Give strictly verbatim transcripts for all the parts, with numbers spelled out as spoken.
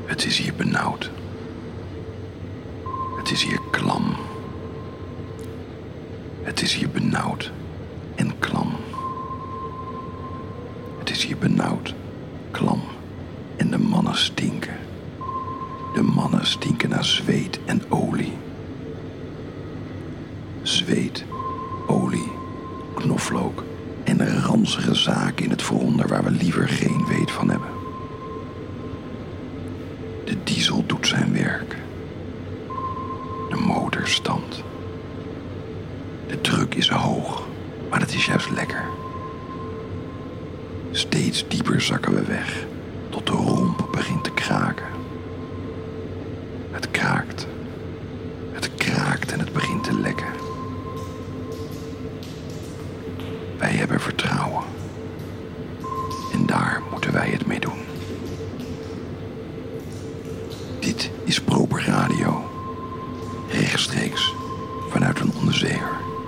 Het is hier benauwd. Het is hier klam. Het is hier benauwd en klam. Het is hier benauwd, klam en de mannen stinken. De mannen stinken naar zweet en olie. Zweet, olie, knoflook en ranzige zaken in het vooronder waar we liever geen weet van hebben. De diesel doet zijn werk. De motor stamt. De druk is hoog, maar het is juist lekker. Steeds dieper zakken we weg, tot de romp begint te kraken. Het kraakt. Het kraakt en het begint te lekken. Wij hebben vertrouwen. En daar moeten wij het mee doen. Dit is Proper Radio. Rechtstreeks vanuit een onderzeeër.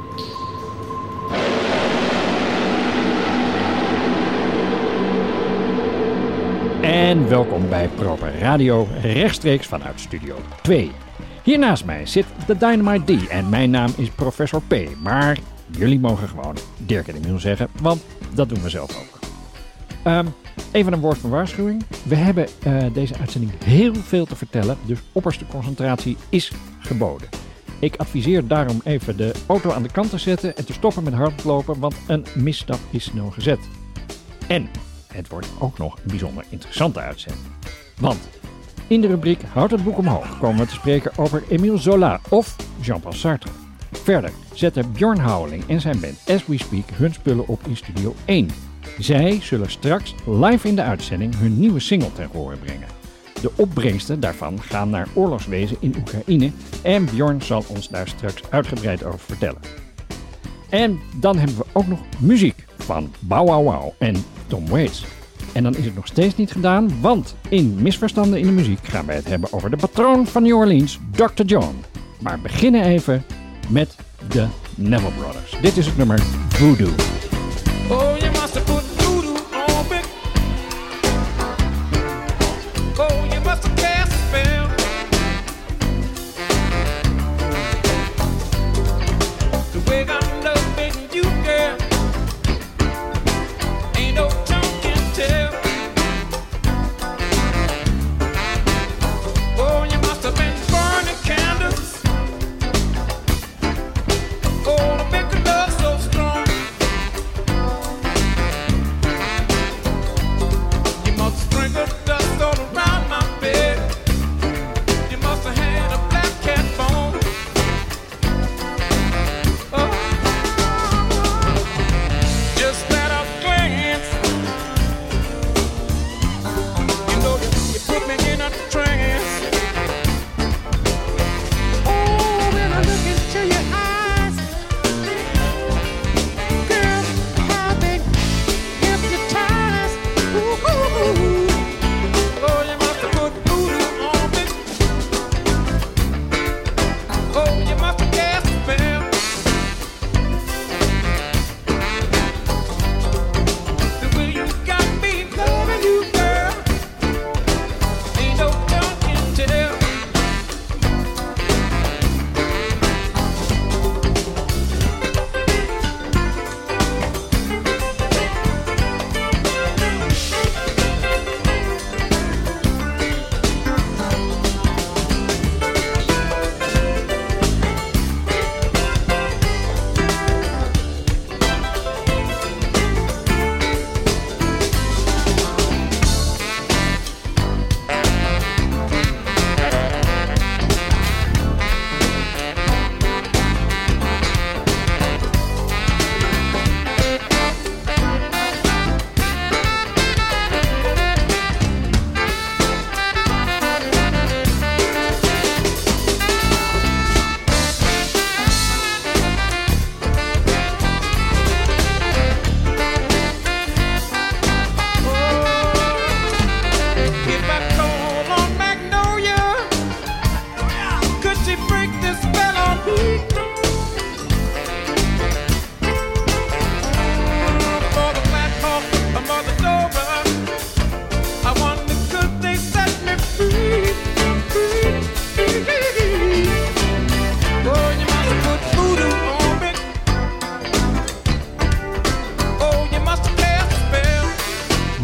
En welkom bij Proper Radio, rechtstreeks vanuit Studio twee. Hier naast mij zit de Dynamite D en mijn naam is Professor P. Maar jullie mogen gewoon Dirk en Emiel zeggen, want dat doen we zelf ook. Um, even een woord van waarschuwing. We hebben uh, deze uitzending heel veel te vertellen, dus opperste concentratie is geboden. Ik adviseer daarom even de auto aan de kant te zetten en te stoppen met hardlopen, want een misstap is snel gezet. En het wordt ook nog een bijzonder interessante uitzending. Want in de rubriek Houd het boek omhoog komen we te spreken over Émile Zola of Jean-Paul Sartre. Verder zetten Björn Houweling en zijn band As We Speak hun spullen op in Studio één. Zij zullen straks live in de uitzending hun nieuwe single ten gehore brengen. De opbrengsten daarvan gaan naar oorlogswezen in Oekraïne en Björn zal ons daar straks uitgebreid over vertellen. En dan hebben we ook nog muziek van Bow Wow Wow en Tom Waits. En dan is het nog steeds niet gedaan, want in Misverstanden in de Muziek gaan wij het hebben over de patroon van New Orleans, dokter John. Maar beginnen even met de Neville Brothers. Dit is het nummer Voodoo. Oh, you must have put voodoo on me. Oh, you must have cast a spell. The way I'm loving you, girl, ain't no tongue can tell. Oh, you must have been burning candles. Oh, to make a love so strong.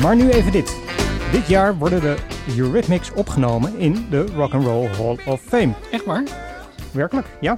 Maar nu even dit. Dit jaar worden de Eurythmics opgenomen in de Rock and Roll Hall of Fame. Echt waar? Werkelijk, ja.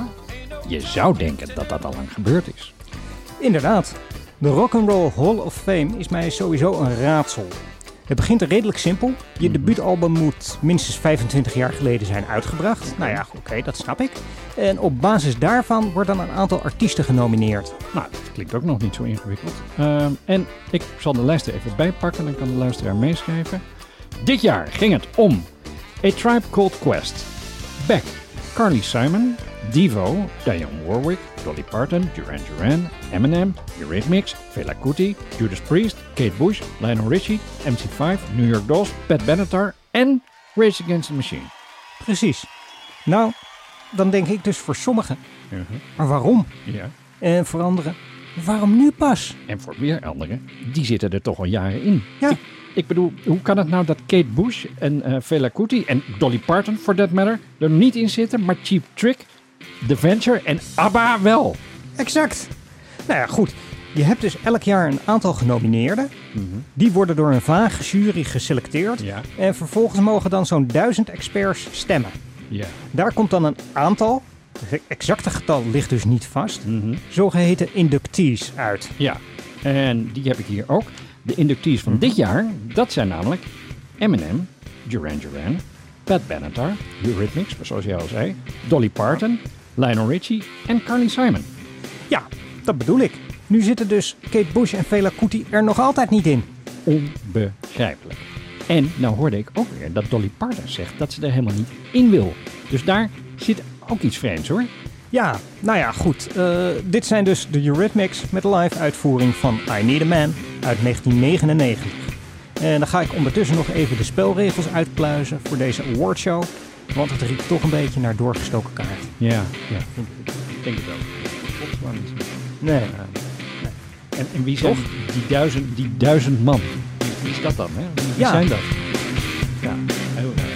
Je zou denken dat dat al lang gebeurd is. Inderdaad. De Rock and Roll Hall of Fame is mij sowieso een raadsel. Het begint redelijk simpel. Je debuutalbum moet minstens vijfentwintig jaar geleden zijn uitgebracht. Nou ja, oké, okay, dat snap ik. En op basis daarvan wordt dan een aantal artiesten genomineerd. Nou, dat klinkt ook nog niet zo ingewikkeld. Uh, en ik zal de lijst er even bijpakken, dan kan de luisteraar meeschrijven. Dit jaar ging het om A Tribe Called Quest, Beck, Carly Simon, Devo, Dionne Warwick, Dolly Parton, Duran Duran, Eminem, Eurythmics, Fela Kuti, Judas Priest, Kate Bush, Lionel Richie, M C vijf, New York Dolls, Pat Benatar en Rage Against the Machine. Precies. Nou, dan denk ik dus voor sommigen. Uh-huh. Maar waarom? Ja. En voor anderen, waarom nu pas? En voor weer anderen, die zitten er toch al jaren in. Ja. Ik, ik bedoel, hoe kan het nou dat Kate Bush en uh, Fela Kuti en Dolly Parton, for that matter, er niet in zitten, maar Cheap Trick, The Venture en ABBA wel? Exact. Nou ja, goed. Je hebt dus elk jaar een aantal genomineerden. Mm-hmm. Die worden door een vage jury geselecteerd. Ja. En vervolgens mogen dan zo'n duizend experts stemmen. Ja. Daar komt dan een aantal, het exacte getal ligt dus niet vast, Mm-hmm. zogeheten inductees uit. Ja, en die heb ik hier ook. De inductees van dit jaar, dat zijn namelijk Eminem, Duran Duran, Pat Benatar, Eurythmics, zoals jij al zei, Dolly Parton, Lionel Richie en Carly Simon. Ja, dat bedoel ik. Nu zitten dus Kate Bush en Fela Kuti er nog altijd niet in. Onbegrijpelijk. En nou hoorde ik ook weer dat Dolly Parton zegt dat ze er helemaal niet in wil. Dus daar zit ook iets vreemds hoor. Ja, nou ja, goed. Uh, dit zijn dus de Eurythmics met live uitvoering van I Need a Man uit negentien negenennegentig. En dan ga ik ondertussen nog even de spelregels uitpluizen voor deze awardshow. Want het riekt toch een beetje naar doorgestoken kaart. Ja, ja. Ik denk het ook. Klopt gewoon niet. Nee. Uh, nee. En, en wie zijn die duizend, die duizend man? Wie, wie is dat dan? Hè? Wie, wie Ja. zijn dat? Ja, heel erg.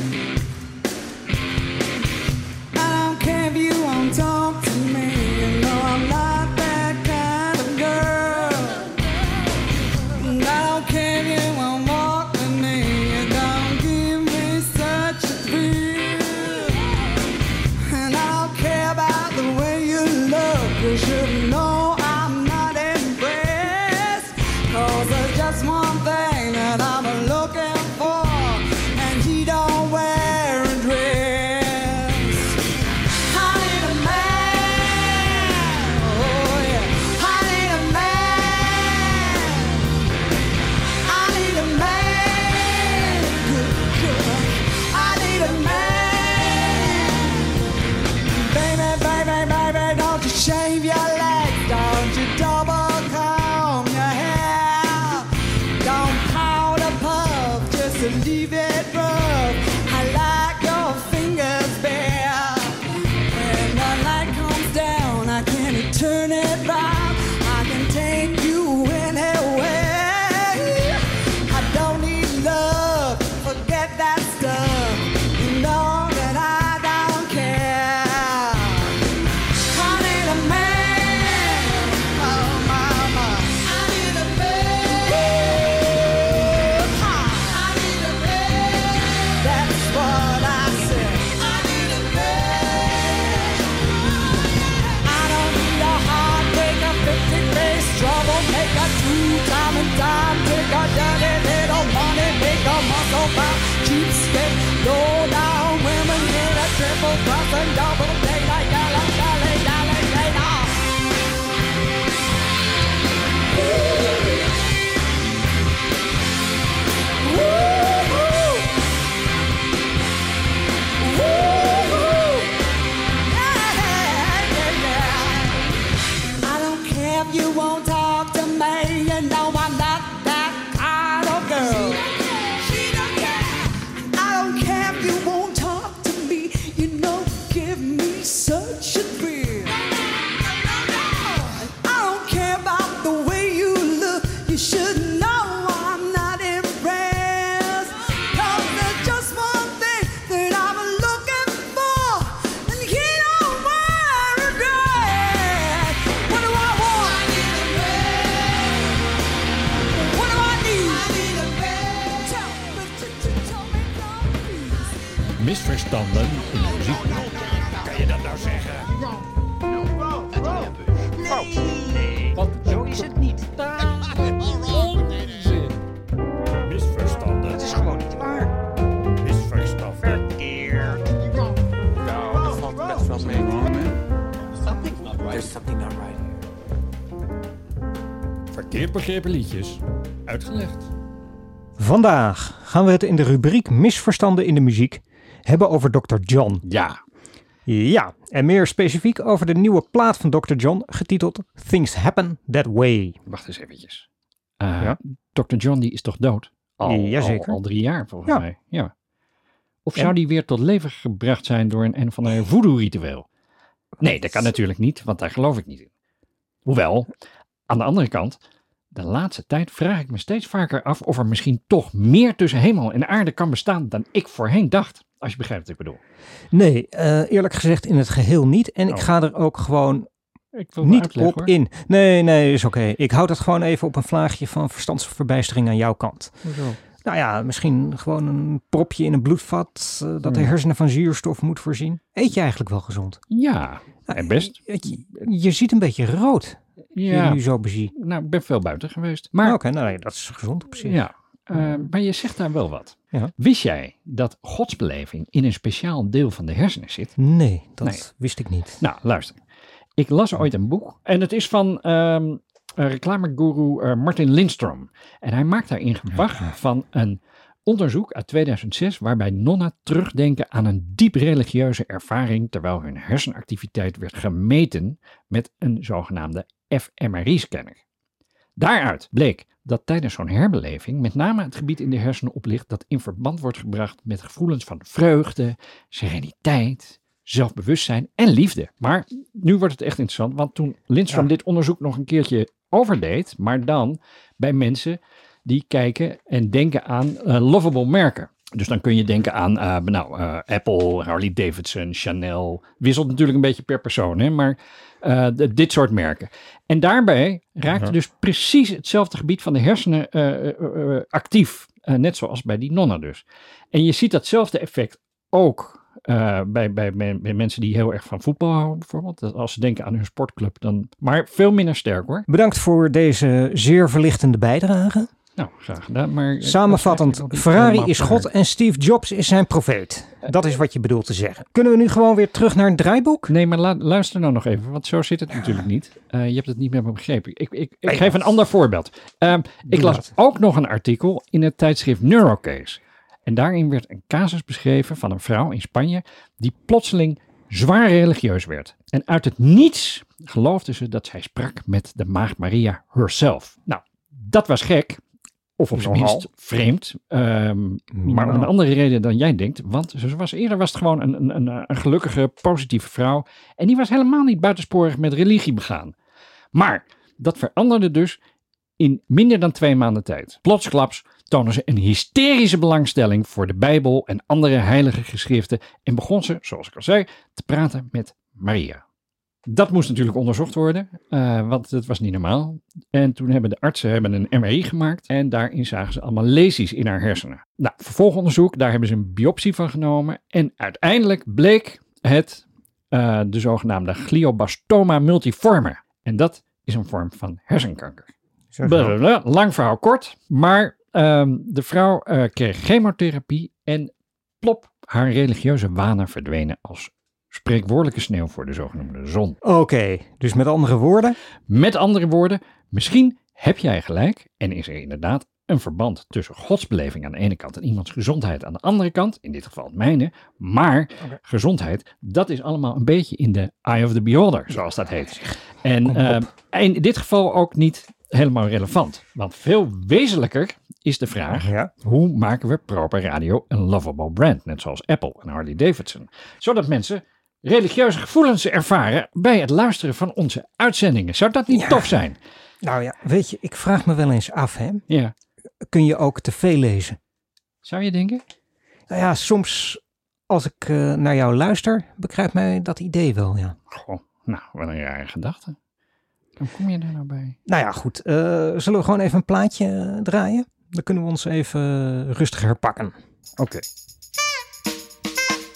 I don't care if you won't talk to me. You know I'm not that kind of girl. And I don't care if you won't walk with me. You don't give me such a thrill. And I don't care about the way you look. You should know I'm not impressed. 'Cause there's just one thing that I'm looking for. And he don't wear a dress. I need a man, oh yeah. I need a man. I need a man, good, good. I need a man. Baby, baby, baby, don't you shave your legs, don't you double comb your hair, don't powder puff just to leave it rough. I like your fingers bare. When the light comes down, I can turn it round. I can take you anywhere. I don't need love, forget that stuff. You know that I don't care. I need a man, oh mama. I need a man. I need a man. That's what I said. I need a man. I don't need a heartbreaker, fifty face troublemaker, two-time and time taker, dirty little money maker, muscle bound, cheapskate, low down women in a triple cross and double date, like yalla, yalla, yalla, yalla. Woo-hoo. Woo-hoo. Yeah, yeah, yeah. I don't care if you won't talk to me. You know I'm not that kind of girl. I don't care if you won't talk to me. You know, give me such a thrill. I don't care about the way you look. You should know I'm not impressed. 'Cause there's just one thing that I'm looking for. And he don't wear a dress. What do I want? I need a man. What misverstanden in de muziek. Kan je dat nou zeggen? Nee, want zo is het niet. Onzin. Misverstanden. Het is gewoon niet waar. Misverstanden. Verkeerd. Nou, dat valt best wel mee. There's something not right here. Verkeerd begrepen liedjes. Uitgelegd. Vandaag gaan we het in de rubriek Misverstanden in de muziek hebben over dokter John. Ja. Ja, en meer specifiek over de nieuwe plaat van dokter John, getiteld Things Happen That Way. Wacht eens eventjes. Uh, Ja? dokter John die is toch dood? Al, Jazeker. al, al drie jaar volgens Ja. mij. Ja. Of En- zou die weer tot leven gebracht zijn door een, een van een voodoo-ritueel? Nee, dat kan natuurlijk niet, want daar geloof ik niet in. Hoewel, aan de andere kant, de laatste tijd vraag ik me steeds vaker af of er misschien toch meer tussen hemel en aarde kan bestaan dan ik voorheen dacht. Als je begrijpt wat ik bedoel. Nee, eh, eerlijk gezegd in het geheel niet. En ik Oh. ga er ook gewoon Ik wil wel niet uitleggen, op hoor. in. Nee, nee, is oké. Ik houd het gewoon even op een vlaagje van verstandsverbijstering aan jouw kant. Hoezo? Nou ja, misschien gewoon een propje in een bloedvat uh, dat de Hmm. hersenen van zuurstof moet voorzien. Eet je eigenlijk wel gezond? Ja, Nou, en best. Je, je ziet een beetje rood, Ja, je nu zo bezie. nou, ik ben veel buiten geweest. Maar Maar oké, nou nee, dat is gezond op zich. Ja, uh, maar je zegt daar wel wat. Ja. Wist jij dat godsbeleving in een speciaal deel van de hersenen zit? Nee, dat Nee. wist ik niet. Nou, luister. Ik las ooit een boek en het is van um, reclamegoeroe uh, Martin Lindstrom. En hij maakt daarin gebruik van een onderzoek uit tweeduizend zes waarbij nonnen terugdenken aan een diep religieuze ervaring terwijl hun hersenactiviteit werd gemeten met een zogenaamde f M R I-scanner. Daaruit bleek dat tijdens zo'n herbeleving met name het gebied in de hersenen oplicht dat in verband wordt gebracht met gevoelens van vreugde, sereniteit, zelfbewustzijn en liefde. Maar nu wordt het echt interessant, want toen Lindstrom Ja. dit onderzoek nog een keertje overdeed, maar dan bij mensen die kijken en denken aan uh, lovable merken. Dus dan kun je denken aan uh, nou, uh, Apple, Harley Davidson, Chanel. Wisselt natuurlijk een beetje per persoon, hè? Maar uh, de, dit soort merken. En daarbij raakte Ja. dus precies hetzelfde gebied van de hersenen uh, uh, uh, actief. Uh, net zoals bij die nonnen dus. En je ziet datzelfde effect ook uh, bij, bij, bij, bij mensen die heel erg van voetbal houden bijvoorbeeld. Dat als ze denken aan hun sportclub dan... Maar veel minder sterk hoor. Bedankt voor deze zeer verlichtende bijdrage. Nou, graag gedaan. Maar uh, Samenvattend, dat is eigenlijk nog Ferrari niet is helemaal God en Steve Jobs is zijn profeet. Dat is wat je bedoelt te zeggen. Kunnen we nu gewoon weer terug naar het draaiboek? Nee, maar la- luister nou nog even, want zo zit het natuurlijk niet. Uh, je hebt het niet met me begrepen. Ik, ik, ik Nee, geef dat- een ander voorbeeld. Um, ik Doe las dat. ook nog een artikel in het tijdschrift Neurocase. En daarin werd een casus beschreven van een vrouw in Spanje die plotseling zwaar religieus werd. En uit het niets geloofde ze dat zij sprak met de maagd Maria herself. Nou, dat was gek. Of op zijn Nogal. minst vreemd. Um, maar om een andere reden dan jij denkt. Want ze was, eerder was het gewoon een, een, een, een gelukkige, positieve vrouw. En die was helemaal niet buitensporig met religie begaan. Maar dat veranderde dus in minder dan twee maanden tijd. Plotsklaps toonde ze een hysterische belangstelling voor de Bijbel en andere heilige geschriften. En begon ze, zoals ik al zei, te praten met Maria. Dat moest natuurlijk onderzocht worden, uh, want het was niet normaal. En toen hebben de artsen hebben een M R I gemaakt en daarin zagen ze allemaal lesies in haar hersenen. Nou, vervolgonderzoek, daar hebben ze een biopsie van genomen. En uiteindelijk bleek het uh, de zogenaamde glioblastoma multiforme. En dat is een vorm van hersenkanker. Blablabla, lang verhaal kort, maar um, de vrouw uh, kreeg chemotherapie en plop, haar religieuze wanen verdwenen als spreekwoordelijke sneeuw voor de zogenoemde zon. Oké, okay, dus met andere woorden. Met andere woorden, misschien heb jij gelijk en is er inderdaad een verband tussen godsbeleving aan de ene kant en iemands gezondheid aan de andere kant, in dit geval het mijne, maar okay. gezondheid, dat is allemaal een beetje in de eye of the beholder, zoals dat heet. En uh, in dit geval ook niet helemaal relevant, want veel wezenlijker is de vraag, ja. Hoe maken we proper radio een lovable brand, net zoals Apple en Harley Davidson, zodat mensen religieuze gevoelens ervaren bij het luisteren van onze uitzendingen. Zou dat niet ja. tof zijn? Nou ja, weet je, ik vraag me wel eens af, hè. Ja. Kun je ook te veel lezen? Zou je denken? Nou ja, soms als ik uh, naar jou luister, begrijpt mij dat idee wel, ja. Goh, nou, wat een rare gedachte. Hoe kom je daar nou bij? Nou ja, goed. Uh, zullen we gewoon even een plaatje draaien? Dan kunnen we ons even rustig herpakken. Oké. Okay.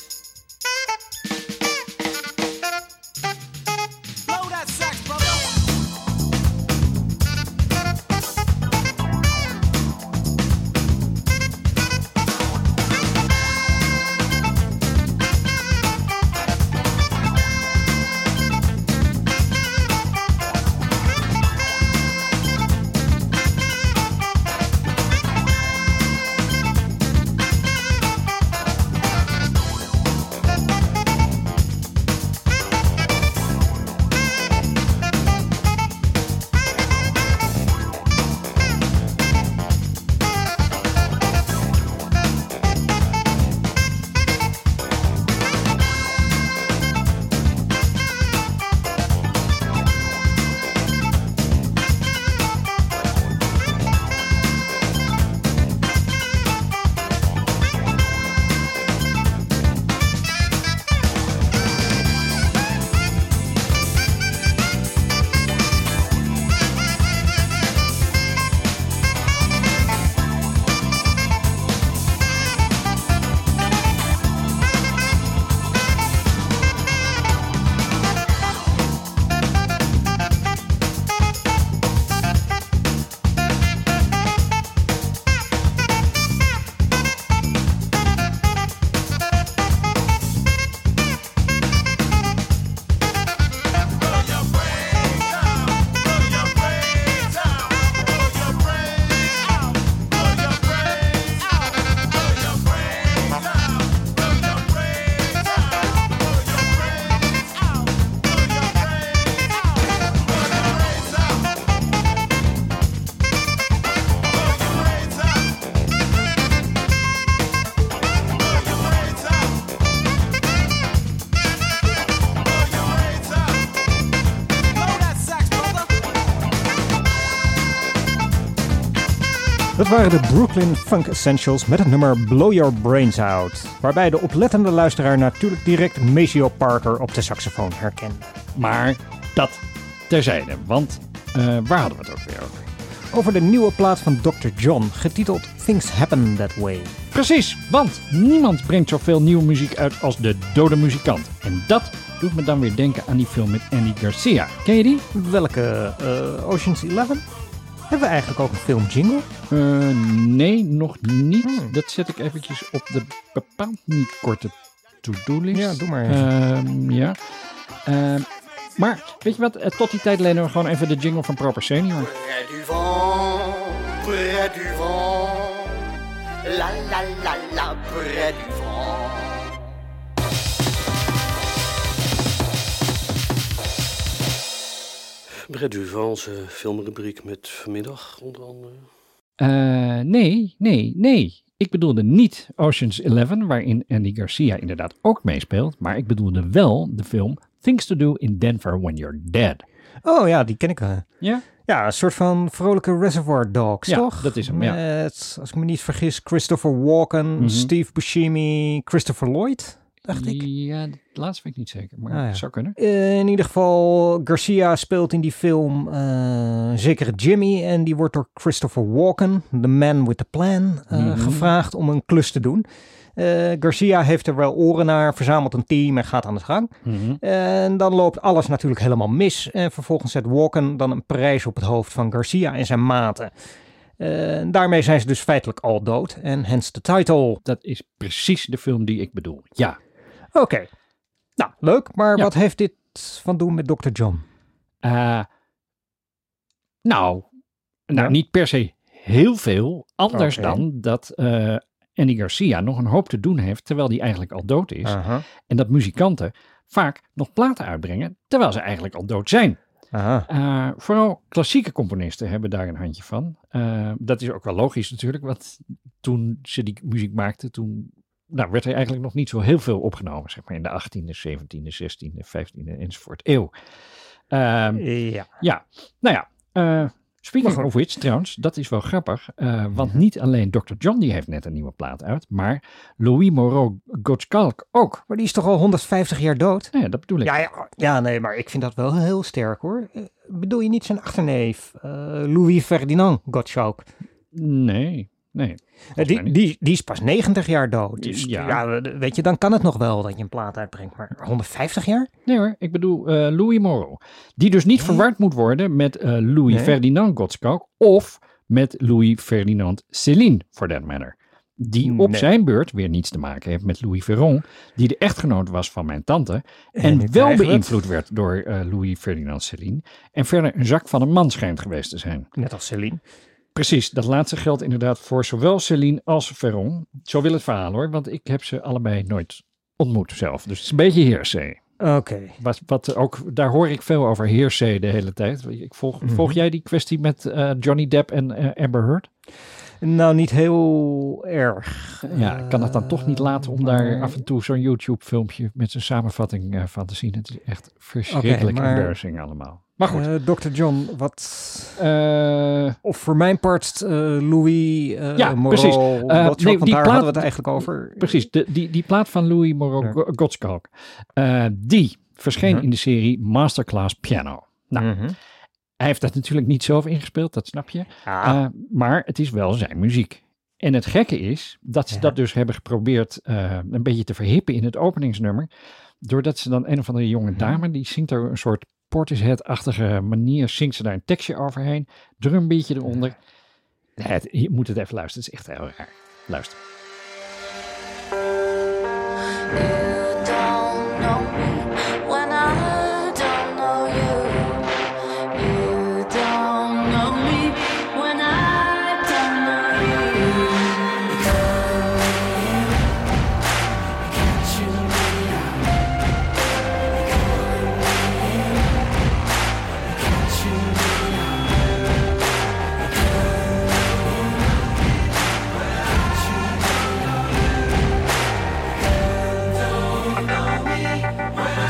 Dat waren de Brooklyn Funk Essentials met het nummer Blow Your Brains Out. Waarbij de oplettende luisteraar natuurlijk direct Maceo Parker op de saxofoon herkende. Maar dat terzijde, want uh, waar hadden we het ook weer over? Over de nieuwe plaat van dokter John, getiteld Things Happen That Way. Precies, want niemand brengt zoveel nieuwe muziek uit als de dode muzikant. En dat doet me dan weer denken aan die film met Andy Garcia. Ken je die? Welke? Uh, Ocean's Eleven? Hebben we eigenlijk ook een film jingle? Uh, nee, nog niet. Hmm. Dat zet ik eventjes op de bepaald niet korte to-do-list. Ja, doe maar even. Uh, ja. Uh, maar, weet je wat? Uh, tot die tijd lenen we gewoon even de jingle van Proper Senior. Près du vent, près du vent, la la la la, près du vent. Près du vent, onze filmrubriek met vanmiddag onder andere. Uh, nee, nee, nee. Ik bedoelde niet Ocean's Eleven, waarin Andy Garcia inderdaad ook meespeelt. Maar ik bedoelde wel de film Things to Do in Denver When You're Dead. Oh ja, die ken ik wel. Ja? Ja, een soort van vrolijke Reservoir Dogs, Ja, toch? dat is hem, ja. Met, als ik me niet vergis, Christopher Walken, Mhm. Steve Buscemi, Christopher Lloyd, dacht ik. Ja, dat laatste weet ik niet zeker, maar Ah, ja. zou kunnen. In ieder geval, Garcia speelt in die film uh, zeker Jimmy. En die wordt door Christopher Walken, the man with the plan, uh, Mhm. gevraagd om een klus te doen. Uh, Garcia heeft er wel oren naar, verzamelt een team en gaat aan de gang. Mhm. En dan loopt alles natuurlijk helemaal mis. En vervolgens zet Walken dan een prijs op het hoofd van Garcia en zijn maten. Uh, daarmee zijn ze dus feitelijk al dood. En hence de title. Dat is precies de film die ik bedoel. Ja. Oké. Okay. Nou, leuk. Maar Ja. wat heeft dit van doen met dokter John? Uh, nou, nou Ja. niet per se heel veel. Anders Oké. dan dat uh, Andy Garcia nog een hoop te doen heeft terwijl hij eigenlijk al dood is. Aha. En dat muzikanten vaak nog platen uitbrengen terwijl ze eigenlijk al dood zijn. Aha. Uh, vooral klassieke componisten hebben daar een handje van. Uh, dat is ook wel logisch natuurlijk, want toen ze die muziek maakten, toen nou, werd er eigenlijk nog niet zo heel veel opgenomen, zeg maar in de achttiende, zeventiende, zestiende, vijftiende enzovoort eeuw. Um, Ja. ja, nou ja, uh, speaking Maar of which trouwens, dat is wel grappig, uh, want niet alleen dokter John die heeft net een nieuwe plaat uit, maar Louis Moreau Gottschalk ook. Maar die is toch al honderdvijftig jaar dood? Nou ja, dat bedoel ik. Ja, ja, ja, nee, maar ik vind dat wel heel sterk hoor. Uh, bedoel je niet zijn achterneef, uh, Louis Ferdinand Gottschalk? Nee, nee. Uh, mij die, niet. die, die is pas negentig jaar dood. Dus Ja. ja. weet je, dan kan het nog wel dat je een plaat uitbrengt. Maar honderdvijftig jaar? Nee hoor, ik bedoel uh, Louis Moreau. Die dus niet Nee. verward moet worden met uh, Louis Nee. Ferdinand Gottschalk of met Louis Ferdinand Céline, for that matter. Die op Nee. zijn beurt weer niets te maken heeft met Louis Ferron, die de echtgenoot was van mijn tante en, En wel ik krijg het. beïnvloed werd door uh, Louis Ferdinand Céline en verder een zak van een man schijnt geweest te zijn. Net als Celine. Precies, dat laatste geldt inderdaad voor zowel Céline als Ferron. Zo wil het verhaal hoor, want ik heb ze allebei nooit ontmoet zelf. Dus het is een beetje hearsay. Oké. Wat, wat ook, daar hoor ik veel over hearsay de hele tijd. Ik volg, Mhm. volg jij die kwestie met uh, Johnny Depp en uh, Amber Heard? Nou, niet heel erg. Ja, ik kan het dan toch niet laten om maar- daar af en toe zo'n YouTube filmpje met zijn samenvatting uh, van te zien. Het is echt verschrikkelijk maar- embarrassing allemaal. Maar goed. Uh, dokter John, wat... Uh, Of voor mijn part, uh, Louis uh, Ja, Moreau precies. Gottschalk, Uh, want nee, die daar plaat- hadden we het eigenlijk over. precies, de, die, die plaat van Louis Moreau Ja. Go- Gottschalk, uh, die verscheen Mhm. in de serie Masterclass Piano. Nou, Mhm. hij heeft dat natuurlijk niet zelf ingespeeld, dat snap je. Ah, Uh, maar het is wel zijn muziek. En het gekke is dat ze Ja. dat dus hebben geprobeerd uh, een beetje te verhippen in het openingsnummer. Doordat ze dan een of andere jonge dame, die zingt er een soort Portishead-achtige manier, zingt ze daar een tekstje overheen, drumbeatje eronder. Het, je moet het even luisteren, het is echt heel raar. Luister. You don't know me when I don't know you. You don't know me when I don't know you. Can't you be Can't you be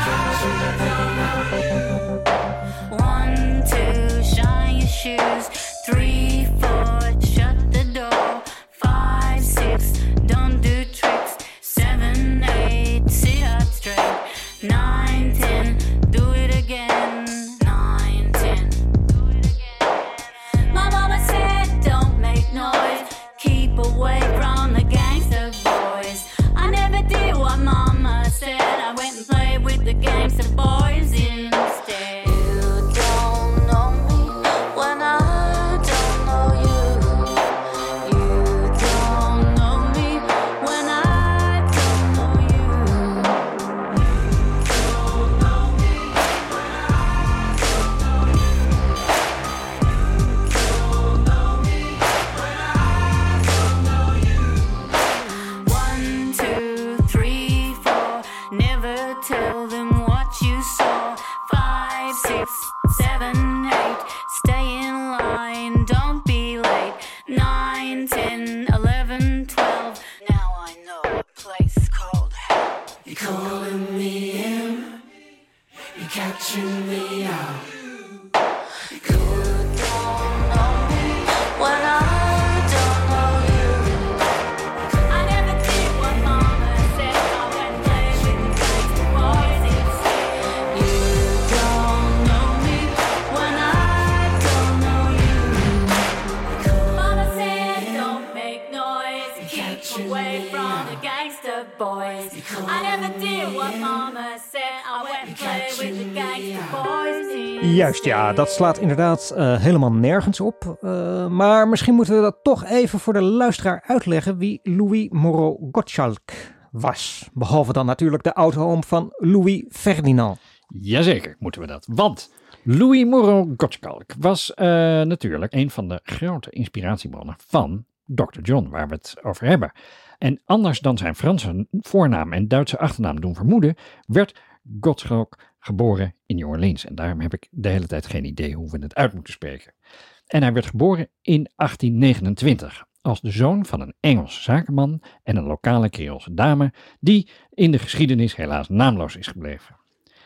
gangster boys. I never did what mama said. I went and played with the gangster boys. Juist, ja, dat slaat inderdaad uh, helemaal nergens op. Uh, maar misschien moeten we dat toch even voor de luisteraar uitleggen wie Louis Moreau Gottschalk was. Behalve dan natuurlijk de oud-oom van Louis Ferdinand. Jazeker, moeten we dat. Want Louis Moreau Gottschalk was uh, natuurlijk een van de grote inspiratiebronnen van dokter John, waar we het over hebben. En anders dan zijn Franse voornaam en Duitse achternaam doen vermoeden, werd Gottschalk geboren in New Orleans. En daarom heb ik de hele tijd geen idee hoe we het uit moeten spreken. En hij werd geboren in achttien negenentwintig als de zoon van een Engelse zakenman en een lokale Creoolse dame die in de geschiedenis helaas naamloos is gebleven.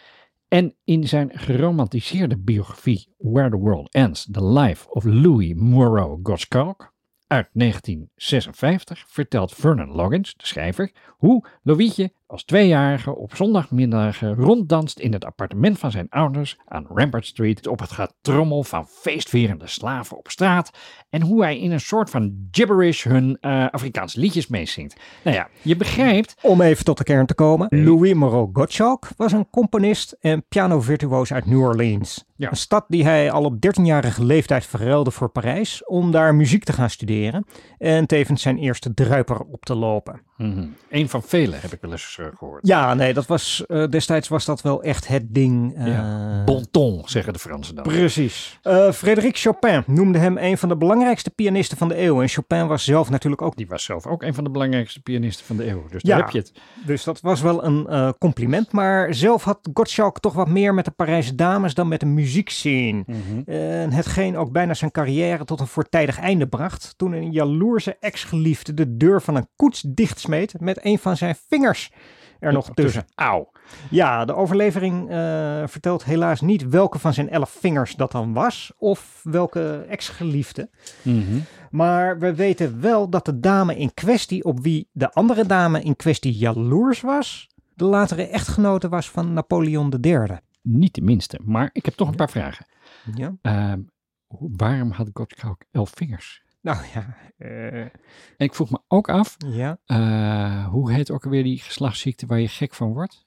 En in zijn geromantiseerde biografie Where the World Ends, The Life of Louis Moreau Gottschalk uit negentien zesenvijftig vertelt Vernon Loggins, de schrijver, hoe Louietje als tweejarige op zondagmiddagen ronddanst in het appartement van zijn ouders aan Rampart Street op het getrommel van feestverende slaven op straat en hoe hij in een soort van gibberish hun uh, Afrikaanse liedjes meezingt. Nou ja, je begrijpt... Om even tot de kern te komen, Louis Moreau Gottschalk was een componist en pianovirtuoos uit New Orleans. Ja. Een stad die hij al op dertienjarige leeftijd verruilde voor Parijs om daar muziek te gaan studeren en tevens zijn eerste druiper op te lopen. Mm-hmm. Een van vele heb ik wel eens uh, gehoord. Ja, nee, dat was, uh, destijds was dat wel echt het ding. Uh, ja. Bon ton, zeggen de Fransen dan. Precies. Uh, Frédéric Chopin noemde hem een van de belangrijkste pianisten van de eeuw. En Chopin was zelf natuurlijk ook... Die was zelf ook een van de belangrijkste pianisten van de eeuw. Dus ja, daar heb je het. Dus dat was wel een uh, compliment. Maar zelf had Gottschalk toch wat meer met de Parijse dames dan met de muziekscene. Mm-hmm. Uh, hetgeen ook bijna zijn carrière tot een voortijdig einde bracht. Toen een jaloerse ex-geliefde de deur van een koets dichtsmeet met een van zijn vingers er nog tussen. Auw. Ja, de overlevering uh, vertelt helaas niet welke van zijn elf vingers dat dan was. Of welke ex-geliefde. Mm-hmm. Maar we weten wel dat de dame in kwestie, op wie de andere dame in kwestie jaloers was, de latere echtgenote was van Napoleon de derde. Niet de minste, maar ik heb toch een paar vragen. Ja. Uh, waarom had Gottschalk elf vingers? Nou ja. Uh, en ik vroeg me ook af, ja. uh, hoe heet ook alweer die geslachtsziekte waar je gek van wordt?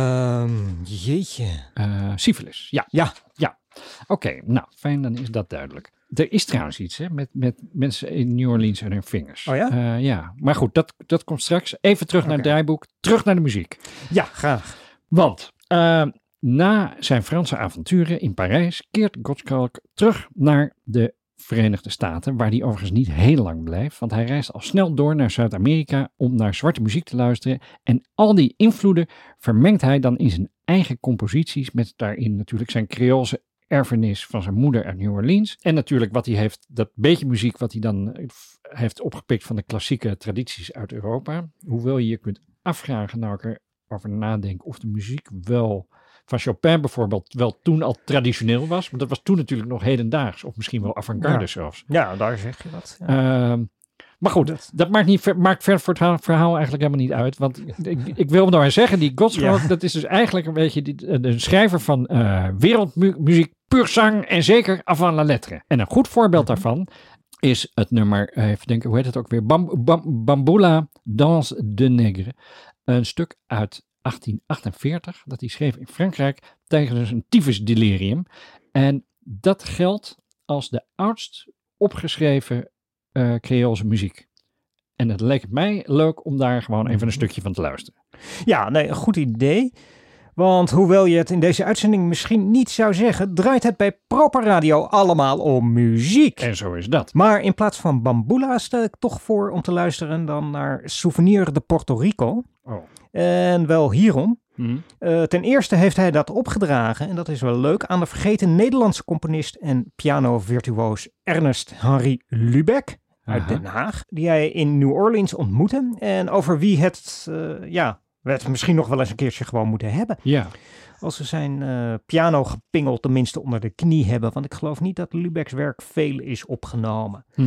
Um, jeetje. Uh, syphilis, ja. Ja. ja. Oké, okay, nou fijn, dan is dat duidelijk. Er is trouwens iets hè, met, met mensen in New Orleans en hun vingers. Oh ja? Uh, ja, maar goed, dat, dat komt straks. Even terug okay. naar het draaiboek, terug naar de muziek. Ja, graag. Want uh, na zijn Franse avonturen in Parijs keert Gottschalk terug naar de Verenigde Staten, waar hij overigens niet heel lang blijft, want hij reist al snel door naar Zuid-Amerika om naar zwarte muziek te luisteren en al die invloeden vermengt hij dan in zijn eigen composities met daarin natuurlijk zijn Creoolse erfenis van zijn moeder uit New Orleans en natuurlijk wat hij heeft, dat beetje muziek wat hij dan heeft opgepikt van de klassieke tradities uit Europa, hoewel je je kunt afvragen nou ik erover nadenk of de muziek wel van Chopin bijvoorbeeld wel toen al traditioneel was. Maar dat was toen natuurlijk nog hedendaags. Of misschien wel avant-garde ja. zelfs. Ja, daar zeg je dat. Ja. Uh, maar goed, dat, dat maakt, niet, maakt verder voor het verhaal, verhaal eigenlijk helemaal niet uit. Want ik, ik wil nou zeggen, die Gottschalk, ja. dat is dus eigenlijk een beetje die, de schrijver van uh, wereldmuziek, pur zang en zeker avant la lettre. En een goed voorbeeld mm-hmm. daarvan is het nummer, even denken, hoe heet het ook weer? Bam, bam, Bamboula Danse de Nègre. Een stuk uit achttien achtenveertig, dat hij schreef in Frankrijk tijdens een tyfusdelirium. En dat geldt als de oudst opgeschreven uh, Creoolse muziek. En het leek mij leuk om daar gewoon even een stukje van te luisteren. Ja, nee, een goed idee. Want hoewel je het in deze uitzending misschien niet zou zeggen, draait het bij Proper Radio allemaal om muziek. En zo is dat. Maar in plaats van Bamboula stel ik toch voor om te luisteren dan naar Souvenir de Puerto Rico. Oh. En wel hierom. Mm. Uh, ten eerste heeft hij dat opgedragen, en dat is wel leuk, aan de vergeten Nederlandse componist en pianovirtuoos Ernest Henri Lubeck uit Aha. Den Haag, die hij in New Orleans ontmoette en over wie het, uh, ja, we het misschien nog wel eens een keertje gewoon moeten hebben. Ja. Als we zijn uh, piano gepingel tenminste onder de knie hebben, want ik geloof niet dat Lubecks werk veel is opgenomen. Hm. Uh,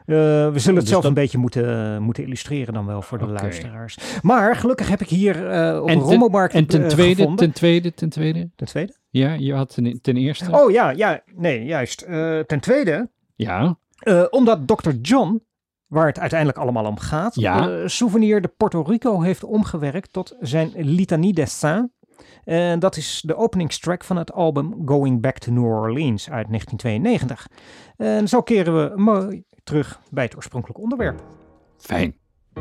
we zullen het dus zelf dat... een beetje moeten, uh, moeten illustreren dan wel voor de okay. luisteraars. Maar gelukkig heb ik hier uh, op en een rommelmarkt En ten uh, tweede, gevonden. ten tweede, ten tweede? Ten tweede? Ja, je had ten, ten eerste. Oh ja, ja, nee, juist. Uh, ten tweede, ja. Uh, omdat dokter John waar het uiteindelijk allemaal om gaat. Ja. Uh, Souvenir de Puerto Rico heeft omgewerkt tot zijn Litanie des Saints. En dat is de openingstrack van het album Going Back to New Orleans uit negentien tweeënnegentig. En zo keren we mooi terug bij het oorspronkelijke onderwerp. Fijn.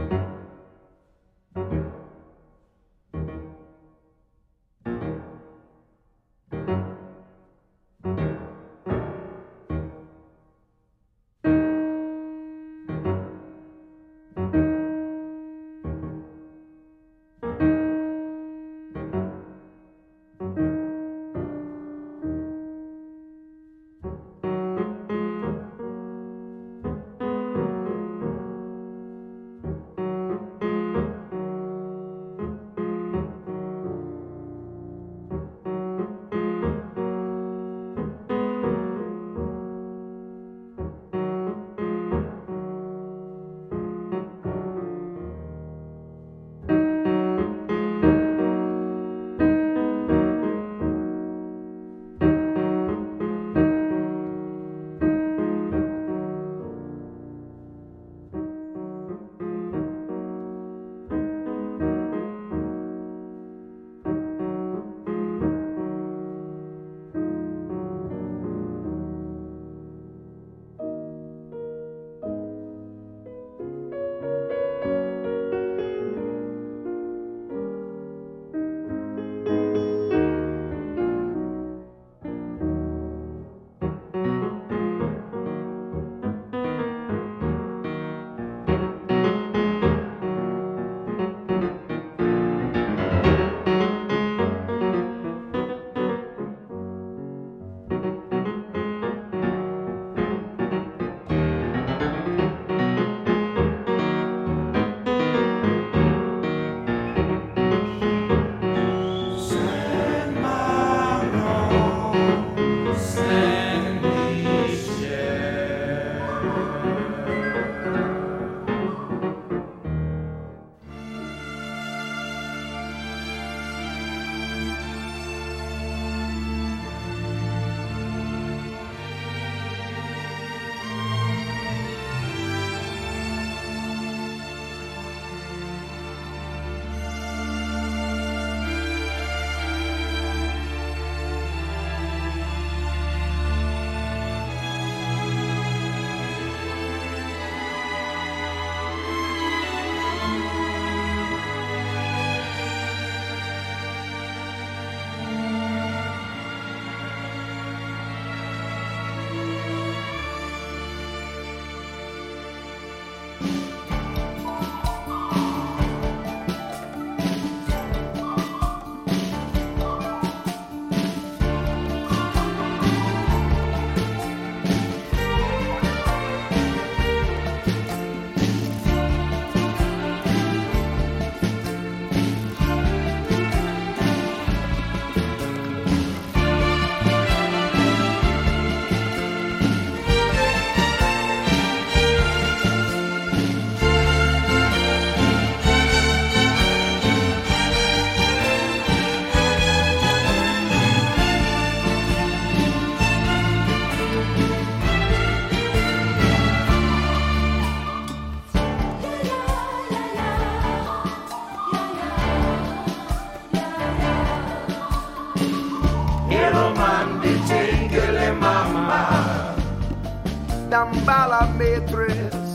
Dambala matriz,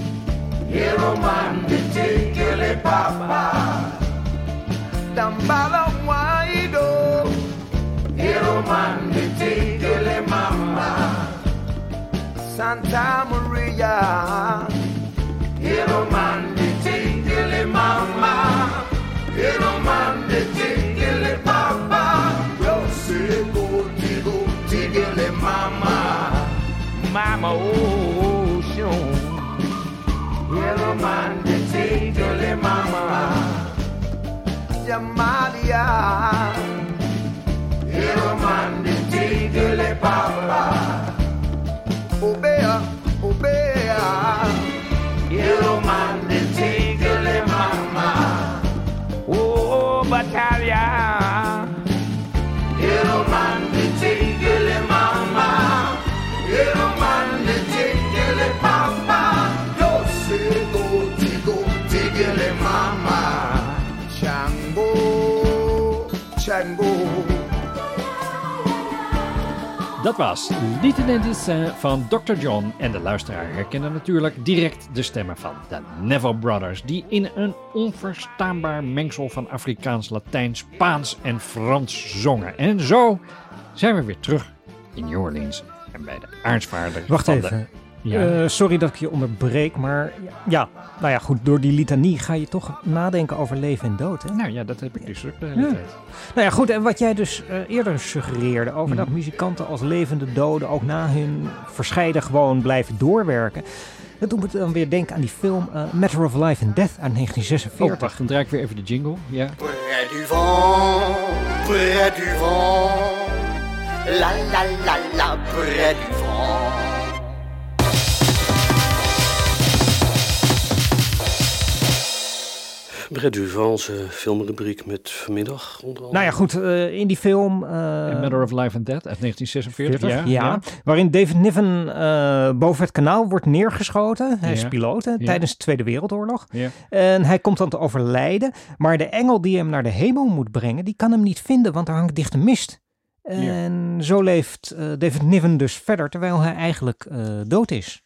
hero man, the tickle papa. Dambala waido, hero man, the tickle mama. Santa Maria, hero man, the tickle mama. Hero man, the tickle papa. Yo say go tigo, tickle mama. Mama ocean, yellow man, the tickle mama. Jamalia, yellow man, the tickle papa. Obea, obea, yellow man, the tickle mama. Oh, battalion, yellow man, the tickle mama. Little man, the tickle papa, yo Dat was Lieutenant Toussaint van dokter John en de luisteraar herkende natuurlijk direct de stemmen van de Neville Brothers, die in een onverstaanbaar mengsel van Afrikaans, Latijn, Spaans en Frans zongen. En zo zijn we weer terug in New Orleans en bij de aartsvaarder Wacht van even. de... Ja. Eh, sorry dat ik je onderbreek, maar ja, nou ja, goed, door die litanie ga je toch nadenken over leven en dood, hè? Nou ja, dat heb ik dus ook de hele Ja. tijd. Nou ja, goed, en wat jij dus eh, eerder suggereerde over Mhm. dat muzikanten als levende doden ook na hun verscheiden gewoon blijven doorwerken. Dat doet me dan weer denken aan die film eh, Matter of Life and Death uit negentien Oh, zesenveertig. wacht, dan draai ik weer even de jingle. Ja. Près du vent, près du vent. La la la la, près du vent. Brett Duvan's filmrubriek met vanmiddag onder andere. Nou ja, goed, eh, in die film... eh, A Matter of Life and Death uit negentien zesenveertig. veertig, Ja, ja, waarin David Niven eh, boven het kanaal wordt neergeschoten. Hij is Ja. piloot hè, Ja. tijdens de Tweede Wereldoorlog. Ja. En hij komt dan te overlijden. Maar de engel die hem naar de hemel moet brengen, die kan hem niet vinden, want er hangt dichte mist. En zo leeft eh, David Niven dus verder, terwijl hij eigenlijk eh, dood is.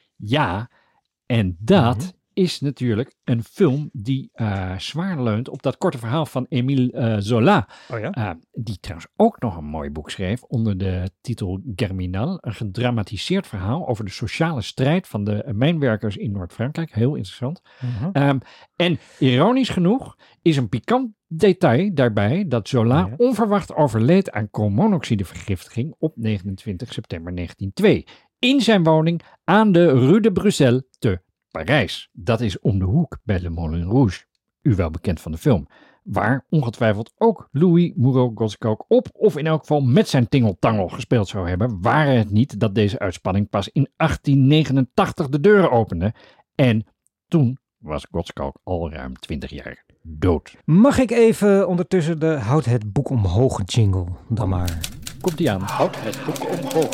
Ja, en dat Mhm. is natuurlijk een film die eh, zwaar leunt op dat korte verhaal van Émile eh, Zola. Oh ja? Eh, die trouwens ook nog een mooi boek schreef onder de titel Germinal. Een gedramatiseerd verhaal over de sociale strijd van de mijnwerkers in Noord-Frankrijk. Heel interessant. Mhm. Ehm, en ironisch genoeg is een pikant detail daarbij dat Zola Ja. onverwacht overleed aan koolmonoxidevergiftiging op negenentwintig september negentienhonderdtwee. In zijn woning aan de Rue de Bruxelles te Parijs. Dat is om de hoek bij Le Moulin Rouge. U wel bekend van de film. Waar ongetwijfeld ook Louis Moreau-Gottschalk op of in elk geval met zijn tingeltangel gespeeld zou hebben. Waren het niet dat deze uitspanning pas in achttien negenentachtig de deuren opende. En toen was Gottschalk al ruim twintig jaar dood. Mag ik even ondertussen de houd het boek omhoog jingle dan maar. Komt die aan? Houd het boek omhoog.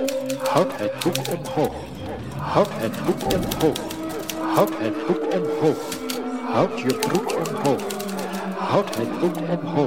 Houd het boek omhoog. Houd het boek omhoog. Houd het boek omhoog. Houd je broek omhoog. Houd het boek omhoog.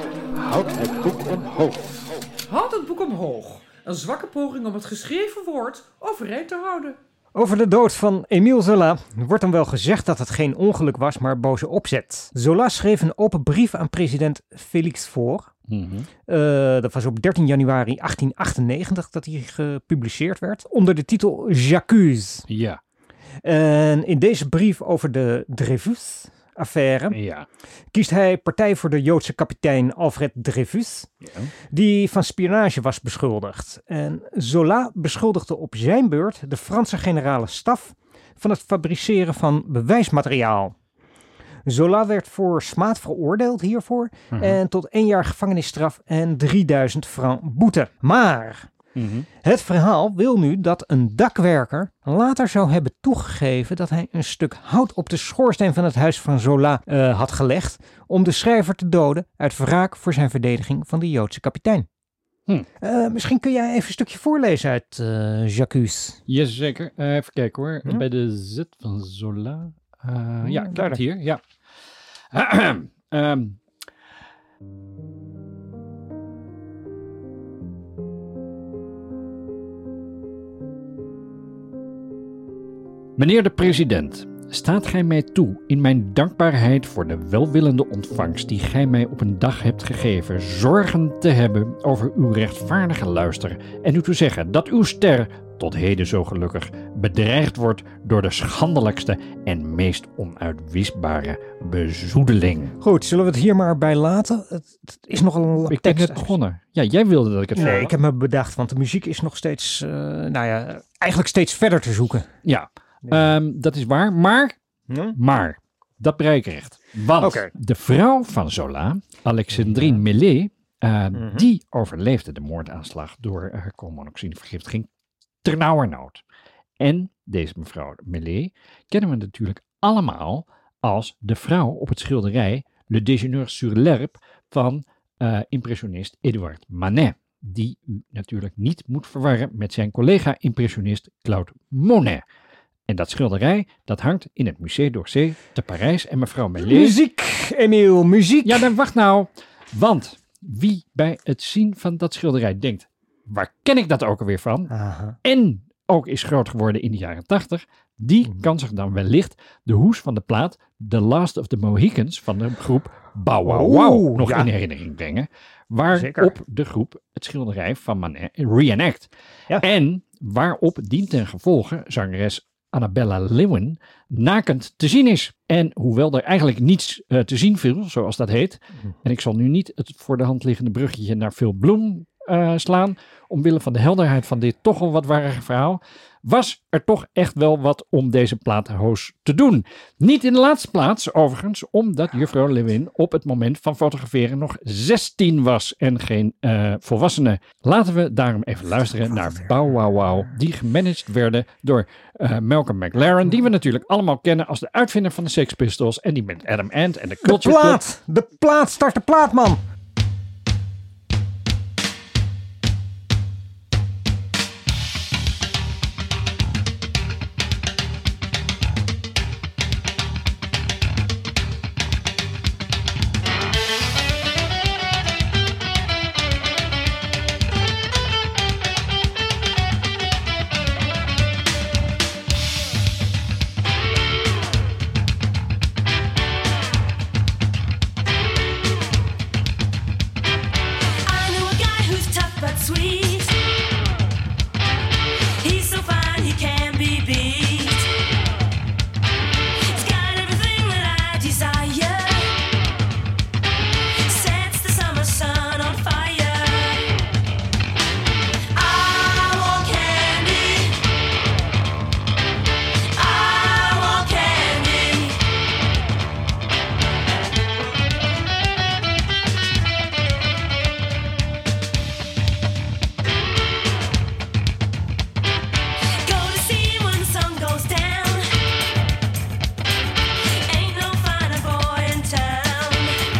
Houd het boek omhoog. Houd het boek omhoog. Een zwakke poging om het geschreven woord overeind te houden. Over de dood van Émile Zola wordt dan wel gezegd dat het geen ongeluk was, maar boze opzet. Zola schreef een open brief aan president Félix Faure. Mhm. Uh, dat was op dertien januari achttien achtennegentig dat hij gepubliceerd werd, onder de titel J'accuse. Ja. En in deze brief over de Dreyfus-affaire Ja. kiest hij partij voor de Joodse kapitein Alfred Dreyfus, Ja. die van spionage was beschuldigd. En Zola beschuldigde op zijn beurt de Franse generale staf van het fabriceren van bewijsmateriaal. Zola werd voor smaad veroordeeld hiervoor Mhm. en tot één jaar gevangenisstraf en drieduizend franc boete. Maar Mhm. het verhaal wil nu dat een dakwerker later zou hebben toegegeven dat hij een stuk hout op de schoorsteen van het huis van Zola eh, had gelegd om de schrijver te doden uit wraak voor zijn verdediging van de Joodse kapitein. Hm. Eh, misschien kun jij even een stukje voorlezen uit uh, J'accuse. Jazeker. Uh, even kijken hoor. Hm? Bij de Z van Zola. Uh, Ja, ja, ik heb daar. het hier. Ja. um, Meneer de president, staat gij mij toe in mijn dankbaarheid voor de welwillende ontvangst die gij mij op een dag hebt gegeven, zorgen te hebben over uw rechtvaardige luister en u te zeggen dat uw ster, tot heden zo gelukkig, bedreigd wordt door de schandelijkste en meest onuitwisbare bezoedeling. Goed, zullen we het hier maar bij laten? Het, het is nog een lap Ik ben tekst. net begonnen. Ja, jij wilde dat ik het Nee, voor ik heb me bedacht, want de muziek is nog steeds, uh, nou ja, eigenlijk steeds verder te zoeken. Ja, um, dat is waar, maar, Hm? maar, dat bereikrecht. Want Oké. de vrouw van Zola, Alexandrine Millet, uh, Mhm. die overleefde de moordaanslag door uh, koolmonoxidevergiftiging ternauwernood. En deze mevrouw Millet kennen we natuurlijk allemaal als de vrouw op het schilderij Le Déjeuner sur l'herbe van uh, impressionist Edouard Manet, die u natuurlijk niet moet verwarren met zijn collega-impressionist Claude Monet. En dat schilderij, dat hangt in het Musée d'Orsay te Parijs. En mevrouw Millet... Muziek, Emiel, muziek. Ja, dan wacht nou. Want wie bij het zien van dat schilderij denkt... waar ken ik dat ook alweer van? Aha. En ook is groot geworden in de jaren tachtig. Die kan zich dan wellicht de hoes van de plaat The Last of the Mohicans van de groep Bow Wow Wow Oeh, nog ja. in herinnering brengen. Waarop Zeker. de groep het schilderij van Manet reenact. Ja. En waarop dien ten gevolge zangeres Annabella Lewin nakend te zien is. En hoewel er eigenlijk niets uh, te zien viel, zoals dat heet. En ik zal nu niet het voor de hand liggende bruggetje naar Phil Bloem uh, slaan. Omwille van de helderheid van dit toch al wat warrige verhaal. Was er toch echt wel wat om deze plaathoos te doen. Niet in de laatste plaats, overigens, omdat juffrouw Lewin op het moment van fotograferen nog zestien was en geen uh, volwassene. Laten we daarom even luisteren naar Bow Wow Wow, die gemanaged werden door uh, Malcolm McLaren, die we natuurlijk allemaal kennen als de uitvinder van de Sex Pistols en die met Adam Ant en de De Culture Club. plaat! De plaat! Start de plaat, man! I know a guy who's tough but sweet. He's so fine he can't be beat. He's got everything that I desire. Sets the summer sun on fire. I want candy. I want candy. Go to see when the sun goes down. Ain't no finer boy in town.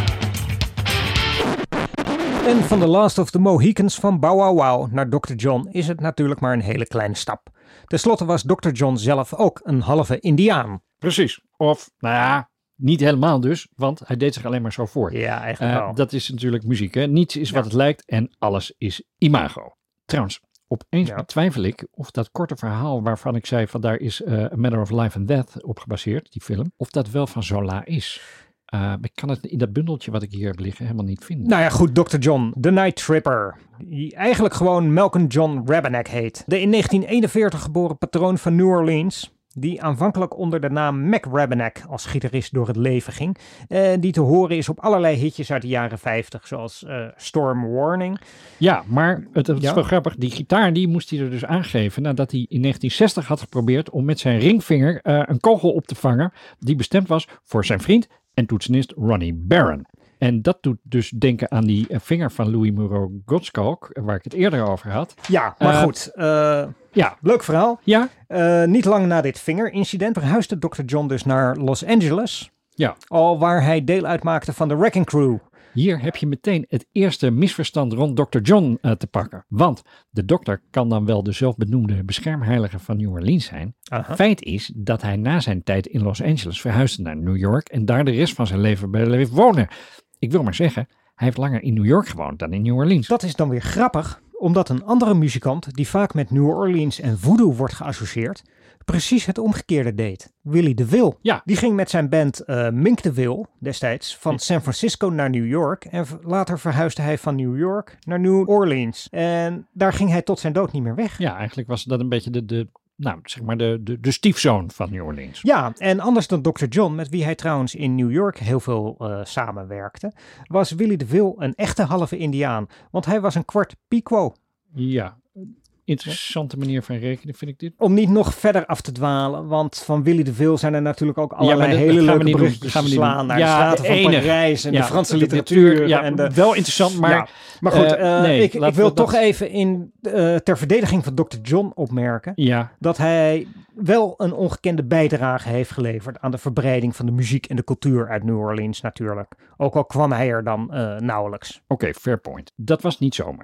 En van The Last of the Mohicans van Bow Wow Wow naar dokter John is het natuurlijk maar een hele kleine stap. Ten slotte was dokter John zelf ook een halve Indiaan. Precies. Of, nou ja, niet helemaal dus, want hij deed zich alleen maar zo voor. Ja, eigenlijk Uh, wel. dat is natuurlijk muziek, hè? Niets is wat het lijkt en alles is imago. Trouwens, opeens Ja. betwijfel ik of dat korte verhaal waarvan ik zei van daar is uh, A Matter of Life and Death op gebaseerd, die film, of dat wel van Zola is. Uh, ik kan het in dat bundeltje wat ik hier heb liggen helemaal niet vinden. Nou ja, goed, dokter John, de Night Tripper. Die eigenlijk gewoon Malcolm John Rabenak heet. De in negentien eenenveertig geboren patroon van New Orleans. Die aanvankelijk onder de naam Mac Rabenak als gitarist door het leven ging. En die te horen is op allerlei hitjes uit de jaren vijftig, zoals uh, Storm Warning. Ja, maar het, het is Ja. wel grappig. Die gitaar die moest hij er dus aangeven nadat hij in negentien zestig had geprobeerd om met zijn ringvinger uh, een kogel op te vangen die bestemd was voor zijn vriend en toetsenist Ronnie Barron. En dat doet dus denken aan die uh, vinger van Louis Moreau Gottschalk, waar ik het eerder over had. Ja, maar Uh, goed. Uh, Ja, leuk verhaal. ja, Uh, niet lang na dit vingerincident verhuisde dokter John dus naar Los Angeles. ja. Al waar hij deel uitmaakte van de Wrecking Crew. Hier heb je meteen het eerste misverstand rond dokter John uh, te pakken. Want de dokter kan dan wel de zelfbenoemde beschermheilige van New Orleans zijn. Aha. Feit is dat hij na zijn tijd in Los Angeles verhuisde naar New York en daar de rest van zijn leven bleef wonen. Ik wil maar zeggen, hij heeft langer in New York gewoond dan in New Orleans. Dat is dan weer grappig, omdat een andere muzikant die vaak met New Orleans en voodoo wordt geassocieerd, precies het omgekeerde deed. Willie DeVille. Ja. Die ging met zijn band uh, Mink DeVille destijds van San Francisco naar New York en v- later verhuisde hij van New York naar New Orleans. En daar ging hij tot zijn dood niet meer weg. Ja, eigenlijk was dat een beetje de, de, nou, zeg maar de, de, de stiefzoon van New Orleans. Ja, en anders dan dokter John, met wie hij trouwens in New York heel veel uh, samenwerkte, was Willie DeVille een echte halve Indiaan, want hij was een kwart Pequot. Ja, interessante manier van rekenen vind ik dit. Om niet nog verder af te dwalen, want van Willie DeVille zijn er natuurlijk ook allerlei maar dat- hele dat gaan we leuke niet doen. bruggetjes Gaan we te niet slaan doen. naar Ja, de straten de van enige. Parijs en Ja, de Franse de literatuur. Ja, en de, wel interessant, maar... Ja, maar goed, eh, uh, nee, ik, ik laten wil we toch dat- even in, uh, ter verdediging van dokter John opmerken Ja, dat hij wel een ongekende bijdrage heeft geleverd aan de verbreiding van de muziek en de cultuur uit New Orleans natuurlijk. Ook al kwam hij er dan uh, nauwelijks. oké, fair point. Dat was niet zomaar.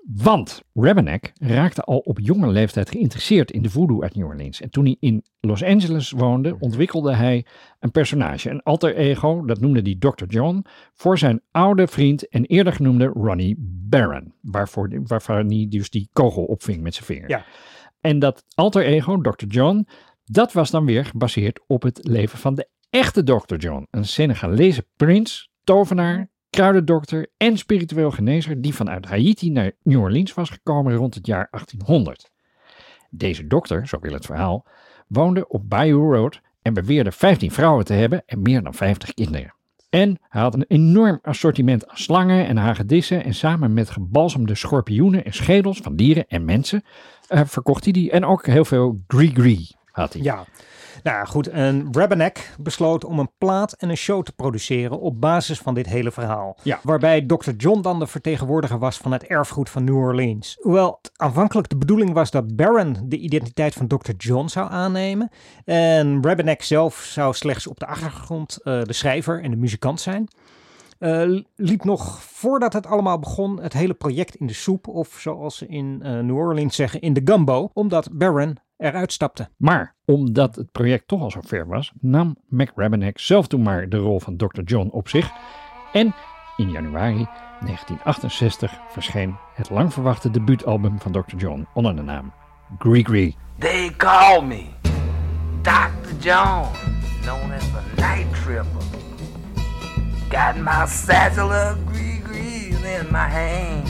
Want Rebenek raakte al op jonge leeftijd geïnteresseerd in de voodoo uit New Orleans. En toen hij in Los Angeles woonde, ontwikkelde hij een personage, een alter ego, dat noemde hij dokter John, voor zijn oude vriend en eerder genoemde Ronnie Barron, waarvoor, waarvan hij dus die kogel opving met zijn vinger. Ja. En dat alter ego, dokter John, dat was dan weer gebaseerd op het leven van de echte dokter John, een Senegalese prins, tovenaar, kruidendokter en spiritueel genezer die vanuit Haiti naar New Orleans was gekomen rond het jaar achttienhonderd. Deze dokter, zo wil het verhaal, woonde op Bayou Road en beweerde vijftien vrouwen te hebben en meer dan vijftig kinderen. En hij had een enorm assortiment aan slangen en hagedissen en samen met gebalsemde schorpioenen en schedels van dieren en mensen uh, verkocht hij die. En ook heel veel gree-gree had hij. Ja. Nou goed, en Rebenek besloot om een plaat en een show te produceren op basis van dit hele verhaal. Ja. Waarbij dokter John dan de vertegenwoordiger was van het erfgoed van New Orleans. Hoewel het aanvankelijk de bedoeling was dat Barron de identiteit van dokter John zou aannemen. En Rebenek zelf zou slechts op de achtergrond uh, de schrijver en de muzikant zijn. Uh, liep nog voordat het allemaal begon het hele project in de soep. Of zoals ze in uh, New Orleans zeggen, in de gumbo. Omdat Barron eruit stapte. Maar omdat het project toch al zo ver was, nam Mac Rebenek zelf toen maar de rol van dokter John op zich. En in januari negentien achtenzestig verscheen het lang verwachte debuutalbum van dokter John onder de naam Gree-Gree. They call me dokter John, known as the night tripper. Got my satchel of gree-grees in my hand.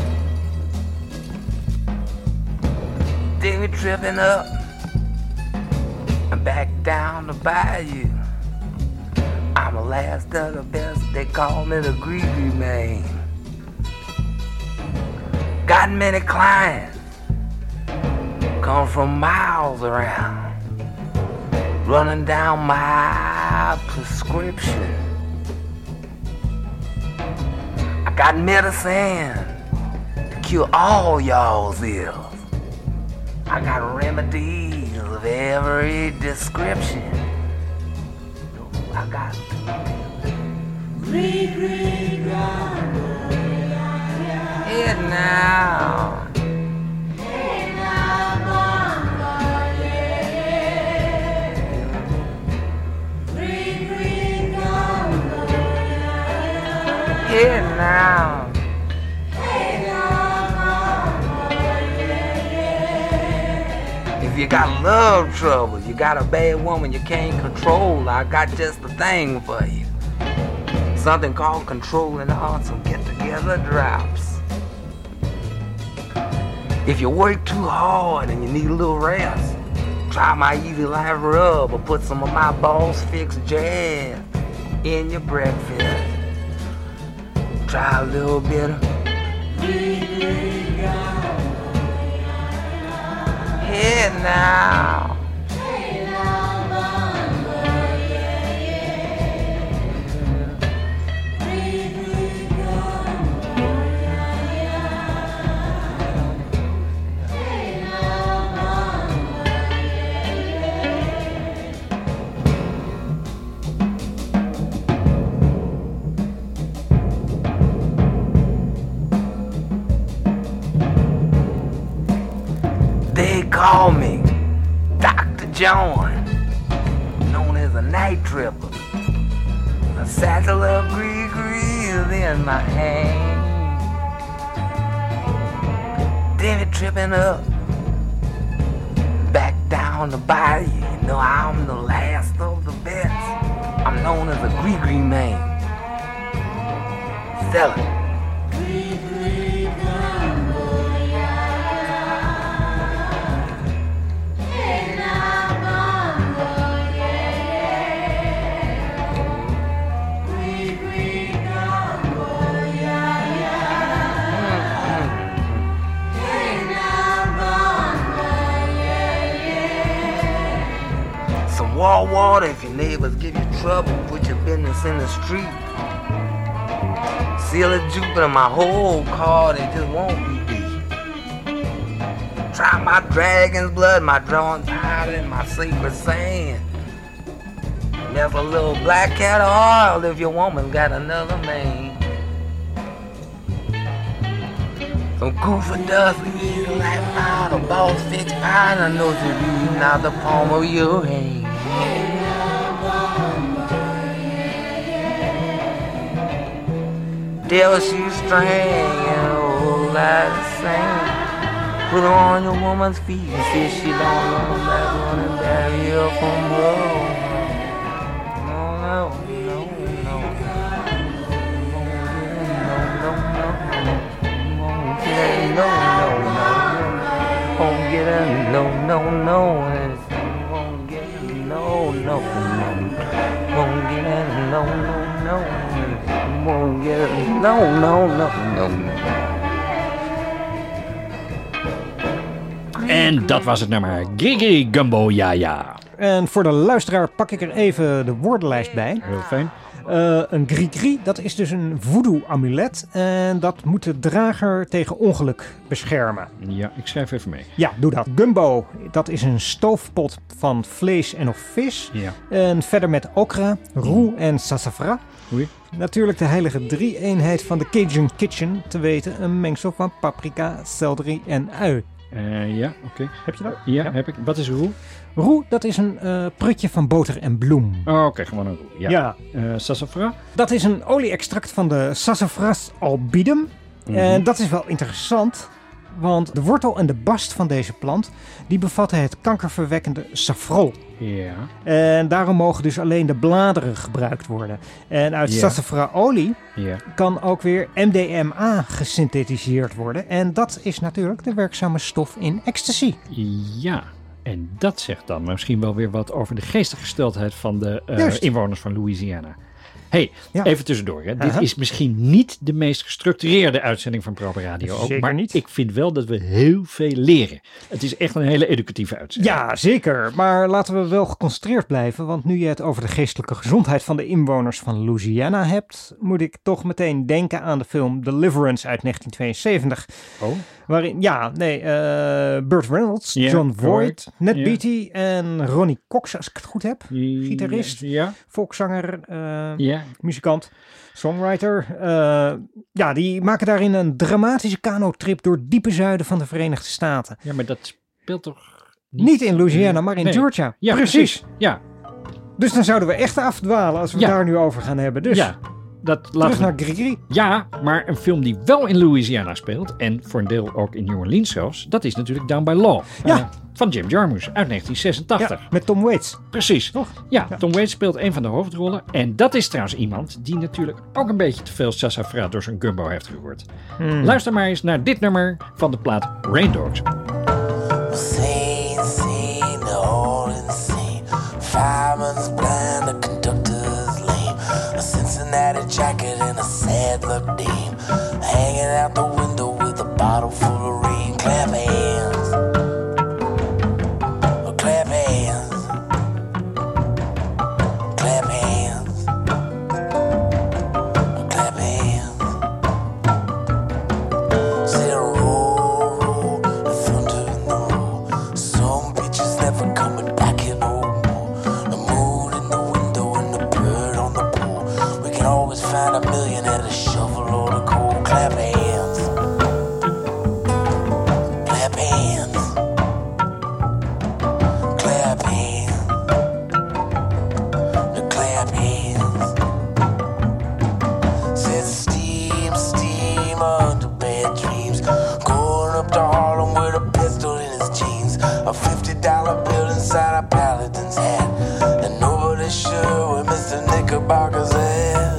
They were tripping up and back down the bayou. I'm the last of the best, they call me the gree-gree man. Got many clients, come from miles around, running down my prescription. I got medicine to cure all y'all's ills. I got remedies of every description. I got green, green, Head now. Hey now, mama, yeah. Green, green, Head now. If you got love trouble, you got a bad woman you can't control, I got just the thing for you. Something called controlling hearts and get-together drops. If you work too hard and you need a little rest, try my Easy Life Rub or put some of my Boss Fix jazz in your breakfast. Try a little bit of Head now. Hey now, mama, yeah, yeah. Green, green, gumbo, yeah, yeah. Hey now, mama, They call me dokter John, known as a night tripper. A satchel of gree-grees in my hand. Then it tripping up, back down the bayou. You know I'm the last of the best. I'm known as a gree-gree man. Sell it. Gree-gree gumbo, Wall water if your neighbors give you trouble. Put your business in the street. Seal of Jupiter, my whole card, it just won't be beat. Try my dragon's blood, my drawn powder, and my sacred sand. There's a little black cat oil if your woman got another man. Some goofer dust, you like mine, a ball fix pie, I know you're reading out the palm of your hand. Devil shoestring and a whole lot of sand. Put her on your woman's feet and see she don't know that running barrier from her. No, no, no, no. No, no, no. Won't get it, no, no, no. Won't get it, no, no, no. Won't get it, no, no, no. Won't get it, no, no, no. Won't get it, no, no, no, no, no. En dat was het nummer Gigi Gumbo Ja Ja. En voor de luisteraar pak ik er even de woordenlijst bij. Heel fijn. Uh, een grigri, dat is dus een voodoo-amulet. En dat moet de drager tegen ongeluk beschermen. Ja, ik schrijf even mee. Ja, doe dat. Gumbo, dat is een stoofpot van vlees en of vis. Ja. En verder met okra, roux en sassafras. Oei. Natuurlijk de heilige drie-eenheid van de Cajun Kitchen, te weten een mengsel van paprika, selderie en ui. Uh, ja, oké. Okay. Heb je dat? Ja, ja, heb ik. Wat is roux? Roux, dat is een uh, prutje van boter en bloem. Oh, oké, okay, gewoon een roux. Ja. ja. Uh, sassafras? Dat is een olie-extract van de Sassafras albidum. Mm-hmm. En dat is wel interessant, want de wortel en de bast van deze plant, die bevatten het kankerverwekkende safrol. Ja. En daarom mogen dus alleen de bladeren gebruikt worden. En uit ja. sassafrasolie ja. kan ook weer M D M A gesynthetiseerd worden. En dat is natuurlijk de werkzame stof in ecstasy. Ja, en dat zegt dan misschien wel weer wat over de geestesgesteldheid van de uh, inwoners van Louisiana. Hey, ja. even tussendoor. Hè. Dit is misschien niet de meest gestructureerde uitzending van Proper Radio. Ook, maar niet. Ik vind wel dat we heel veel leren. Het is echt een hele educatieve uitzending. Ja, zeker. Maar laten we wel geconcentreerd blijven. Want nu je het over de geestelijke gezondheid van de inwoners van Louisiana hebt, moet ik toch meteen denken aan de film Deliverance uit negentien tweeënzeventig. Oh. Waarin, ja, nee, uh, Burt Reynolds, yeah, John Voight, Ned yeah. Beatty en Ronnie Cox, als ik het goed heb. Gitarist, yeah. volkszanger, uh, yeah. muzikant, songwriter. Uh, ja, die maken daarin een dramatische kanotrip door het diepe zuiden van de Verenigde Staten. Ja, maar dat speelt toch niet, niet in Louisiana, maar in nee. Georgia. Ja, precies. precies. Ja. Dus dan zouden we echt afdwalen als we ja. het daar nu over gaan hebben. Dus... Ja. Dat Terug naar Grigri. Ja, maar een film die wel in Louisiana speelt, en voor een deel ook in New Orleans zelfs, dat is natuurlijk Down by Law. Ja. Uh, van Jim Jarmusch uit negentien zesentachtig. Ja, met Tom Waits. Precies. Toch? Ja, ja, Tom Waits speelt een van de hoofdrollen. En dat is trouwens iemand die natuurlijk ook een beetje te veel sassafras door zijn gumbo heeft gehoord. Hmm. Luister maar eens naar dit nummer van de plaat Rain Dogs. Scene, scene, all insane. Fireman's blind, the conductor's lame. A Cincinnati jacket and a sad luck dame. Hanging out the window with a bottle full of rain. Clap hands. Clap hands. Clap hands. Clap hands. Say roll, roll, the thunder in the roll. Some bitches never coming back here no more. The moon in the window and the bird on the pole. We can always find a million at a shovel or the coal. Clap hands. Clap hands. Clap hands. The clap hands. Said steam, steam under bad dreams. Going up to Harlem with a pistol in his jeans. A fifty dollar bill inside a paladin's hat. And nobody's sure where Mister Knickerbocker's at.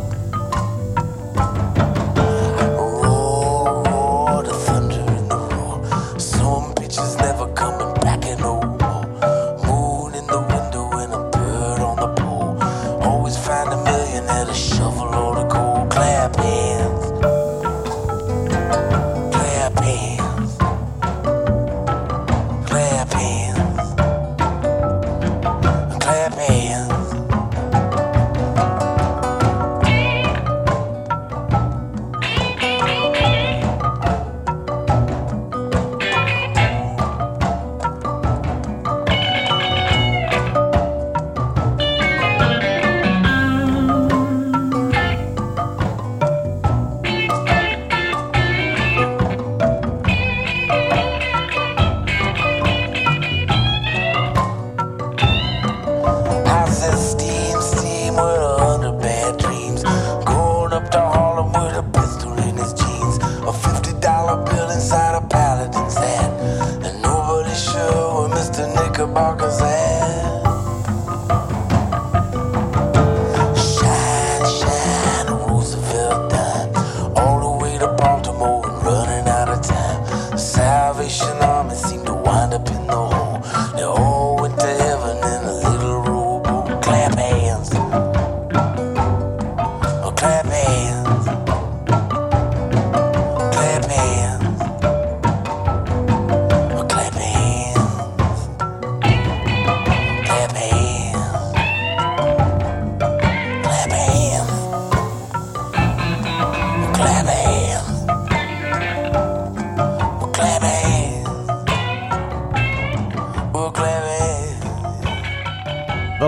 Roar, roar, the thunder in the roar. Some bitches never coming back in no more. Moon in the window and a bird on the pole. Always find a million at a shovel or the coal. Clap hands. Clap hands. Clap hands. Clap hands.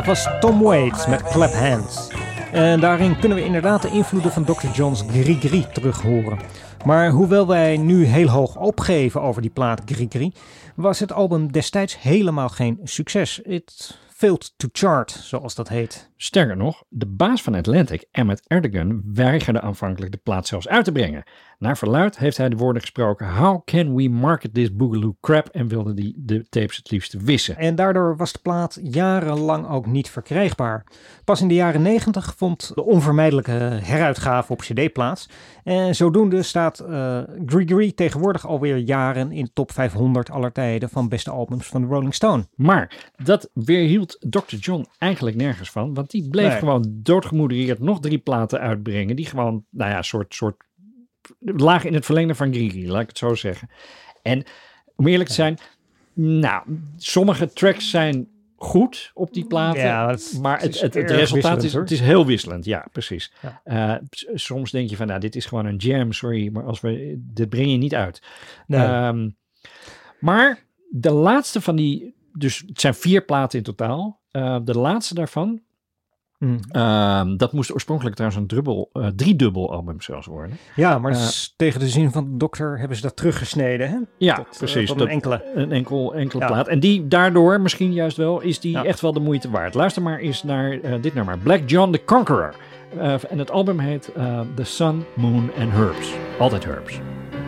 was Tom Waits met Clap Hands. En daarin kunnen we inderdaad de invloeden van dokter John's Gris-Gris terug horen. Maar hoewel wij nu heel hoog opgeven over die plaat Gris-Gris, was het album destijds helemaal geen succes. It failed to chart, zoals dat heet. Sterker nog, de baas van Atlantic, Emmett Erdogan, weigerde aanvankelijk de plaat zelfs uit te brengen. Naar verluidt heeft hij de woorden gesproken: "How can we market this boogaloo crap?" en wilde die de tapes het liefst wissen. En daardoor was de plaat jarenlang ook niet verkrijgbaar. Pas in de jaren negentig vond de onvermijdelijke heruitgave op cd plaats. En zodoende staat uh, Gris-Gris tegenwoordig alweer jaren in de top vijfhonderd aller tijden van beste albums van de Rolling Stone. Maar dat weerhield dokter John eigenlijk nergens van, want die bleef Nee. gewoon doodgemodereerd nog drie platen uitbrengen die gewoon, nou ja, soort, soort lagen in het verlengde van Gris-Gris, laat ik het zo zeggen. En om eerlijk te zijn, nou, sommige tracks zijn goed op die platen, Ja, het- maar het het, is het, het, erg resultaat wisselend, is, hoor. het is heel wisselend. Ja, precies. Ja. Eh, s- soms denk je van, nou, dit is gewoon een jam, sorry, maar als we, dit breng je niet uit. Nee. Ehm, maar de laatste van die, dus het zijn vier platen in totaal. Uh, de laatste daarvan, Hmm. ehm, dat moest oorspronkelijk trouwens een dubbel, uh, driedubbel album zelfs worden. Ja, maar Uh, s- tegen de zin van de dokter hebben ze dat teruggesneden. Hè? Ja, Tot, uh, precies. tot Dat- een enkele. Een enkel, enkele Ja. plaat. En die daardoor, misschien juist wel, is die Ja. echt wel de moeite waard. Luister maar eens naar uh, dit nummer. Black John the Conqueror. Uh, en het album heet uh, The Sun, Moon and Herbs. Altijd herbs.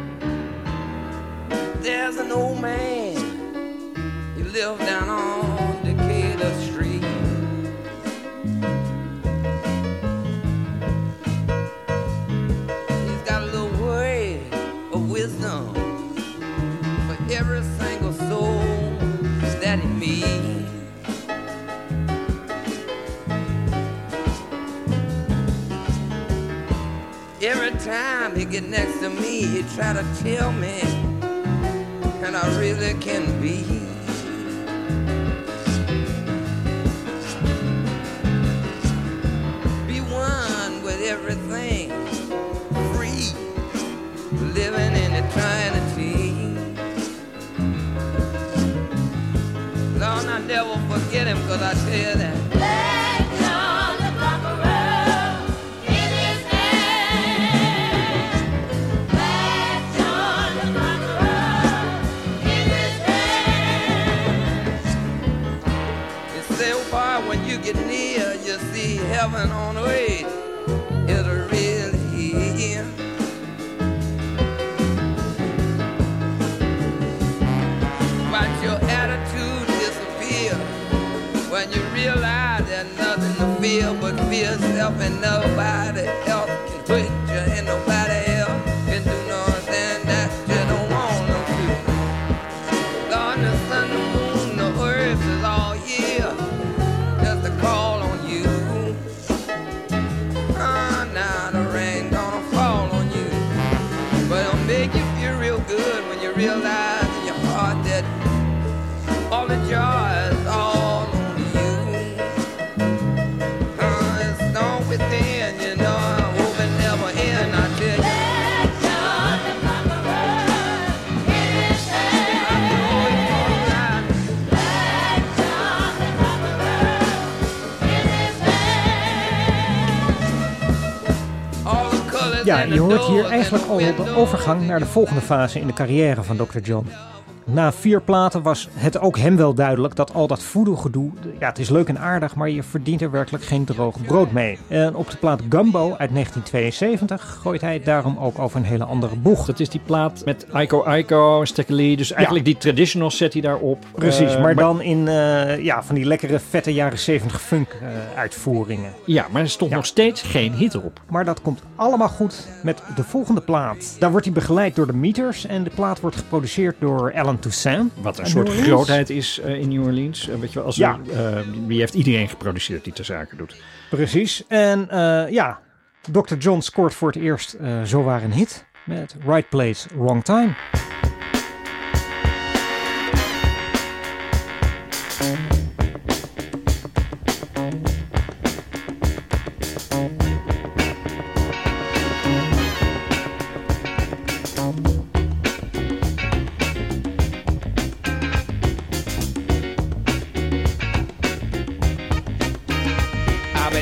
There's an old man, he lives down on Decatur Street. He's got a little word of wisdom for every single soul that he meets. Every time he get next to me, he try to tell me and I really can be. Be one with everything, free, living in eternity. Lord, I never forget him, cause I tell you that. Black John the Conqueror in his hand. Black John the Conqueror in his hand. It's so far when you get near, you see heaven on earth. It'll really hear. Watch your attitude disappear when you realize there's nothing to fear but fear yourself, and nobody else can put you and nobody else can do nothing that you don't want them to. God, the sun, the moon, the earth is all here just to call on you. Ah, now the rain gonna fall on you, but it'll make you feel real good when you realize in your heart that all the joy is all on you. Uh, it's gone within, you know, I hope it never end, I tell you. Black John the Conqueror in his hand. I know it's alright. Black John the Conqueror in his hand. All the colors Ja, and je the hoort hier doors eigenlijk and al the de windows. overgang naar de volgende fase in de carrière van dokter John. Na vier platen was het ook hem wel duidelijk dat al dat voodoo-gedoe, ja, het is leuk en aardig, maar je verdient er werkelijk geen droog brood mee. En op de plaat Gumbo uit negentien tweeënzeventig gooit hij het daarom ook over een hele andere boeg. Dat is die plaat met Aiko Aiko, Sticky Lee. Dus eigenlijk die traditional zet hij daarop. Precies, Uh, maar dan in uh, ja, van die lekkere vette jaren zeventig funk uh, uitvoeringen. Ja, maar er stond Ja. nog steeds geen hit op. Maar dat komt allemaal goed met de volgende plaat. Daar wordt hij begeleid door de Meters en de plaat wordt geproduceerd door Alan Toussaint. Wat een uit soort New Orleans. grootheid is uh, in New Orleans. Uh, weet je wel, als Ja. er, uh, die heeft iedereen geproduceerd die ter zake doet. Precies. En uh, ja, dokter John scoort voor het eerst uh, zowaar een hit met Right Place, Wrong Time.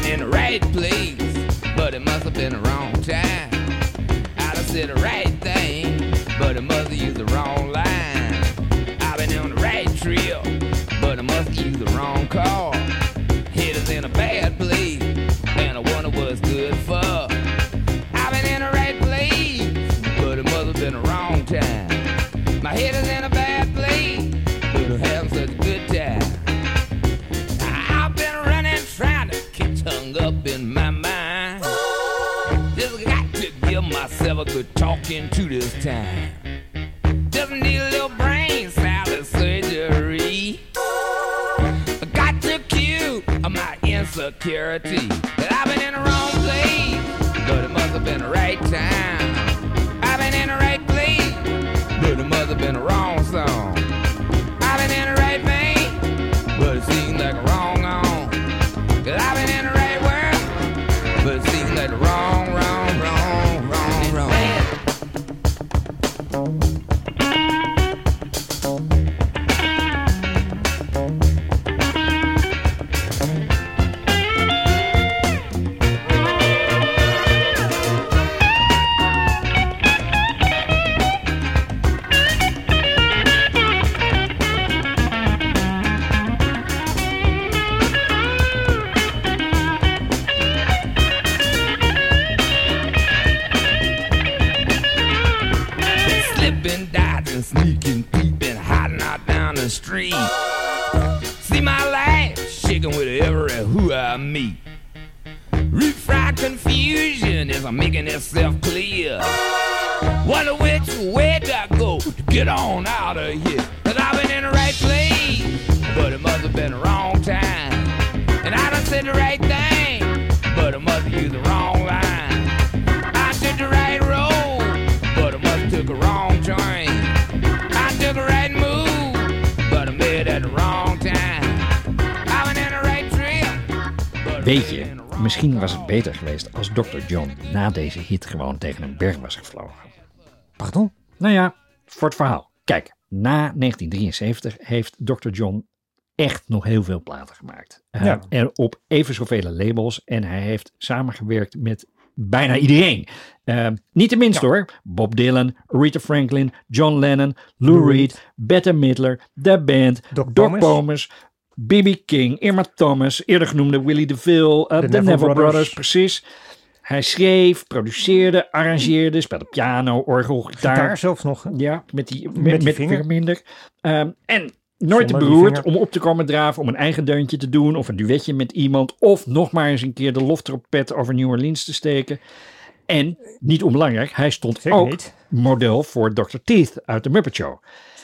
in the right place, but it must have been the wrong time. I'd have said the right thing, but it must have used the wrong line. I've been on the right trail, but I must have used the wrong car. Head is in a bad place, and I wonder what's good for. I've been in the right place, but it must have been the wrong time. My head is in a bad place, but I'm having such a good time. I've been running, trying to get hung up in my mind. Just got to give myself a good talking to this time. Just need a little brain salad surgery. I got to cue my insecurity. That I've been in the wrong place, but it must have been the right time. I've been in the right place, but it must have been the wrong song. I've been in the right vein, but it seems like a wrong on. Cause I've been in the right world, but it seems like the wrong, wrong, wrong, wrong, wrong. Slipping, dodging, sneaking, peeping, hiding out down the street. See my life shaking with every who I meet. Refried confusion as I'm making itself clear. Wonder which way do I go to get on out of here? Cause I've been in the right place, but it must have been the wrong time. And I done said the right thing, but it must have used the wrong line. I took the right road, but I must have took a wrong train. I took a right move, but I made it at the wrong time. I went in the right trail. Weet je, misschien was het beter geweest als dokter John na deze hit gewoon tegen een berg was gevlogen. Pardon? Nou ja, voor het verhaal. Kijk, na negentien drieënzeventig heeft dokter John echt nog heel veel platen gemaakt. Uh, Ja. En op even zoveel labels. En hij heeft samengewerkt met bijna iedereen. Uh, niet de minste hoor. Bob Dylan, Aretha Franklin, John Lennon, Lou, Lou Reed, Reed. Bette Midler, The Band, Doc Doc Pomus. Pomus, B B King, Irma Thomas, eerder genoemde Willie DeVille, uh, De The Neville Neville Brothers. Brothers. precies. Hij schreef, produceerde, arrangeerde, speelde piano, orgel, gitaar. Gitaar zelfs nog. hè? Ja, met die, met, die met die vinger. vinger minder. Um, en nooit te Zonder die beroerd vinger. om op te komen draven, om een eigen deuntje te doen, of een duetje met iemand, of nog maar eens een keer de loftrompet over New Orleans te steken. En, niet onbelangrijk, hij stond Zeker ook niet. model voor dokter Teeth uit de Muppet Show.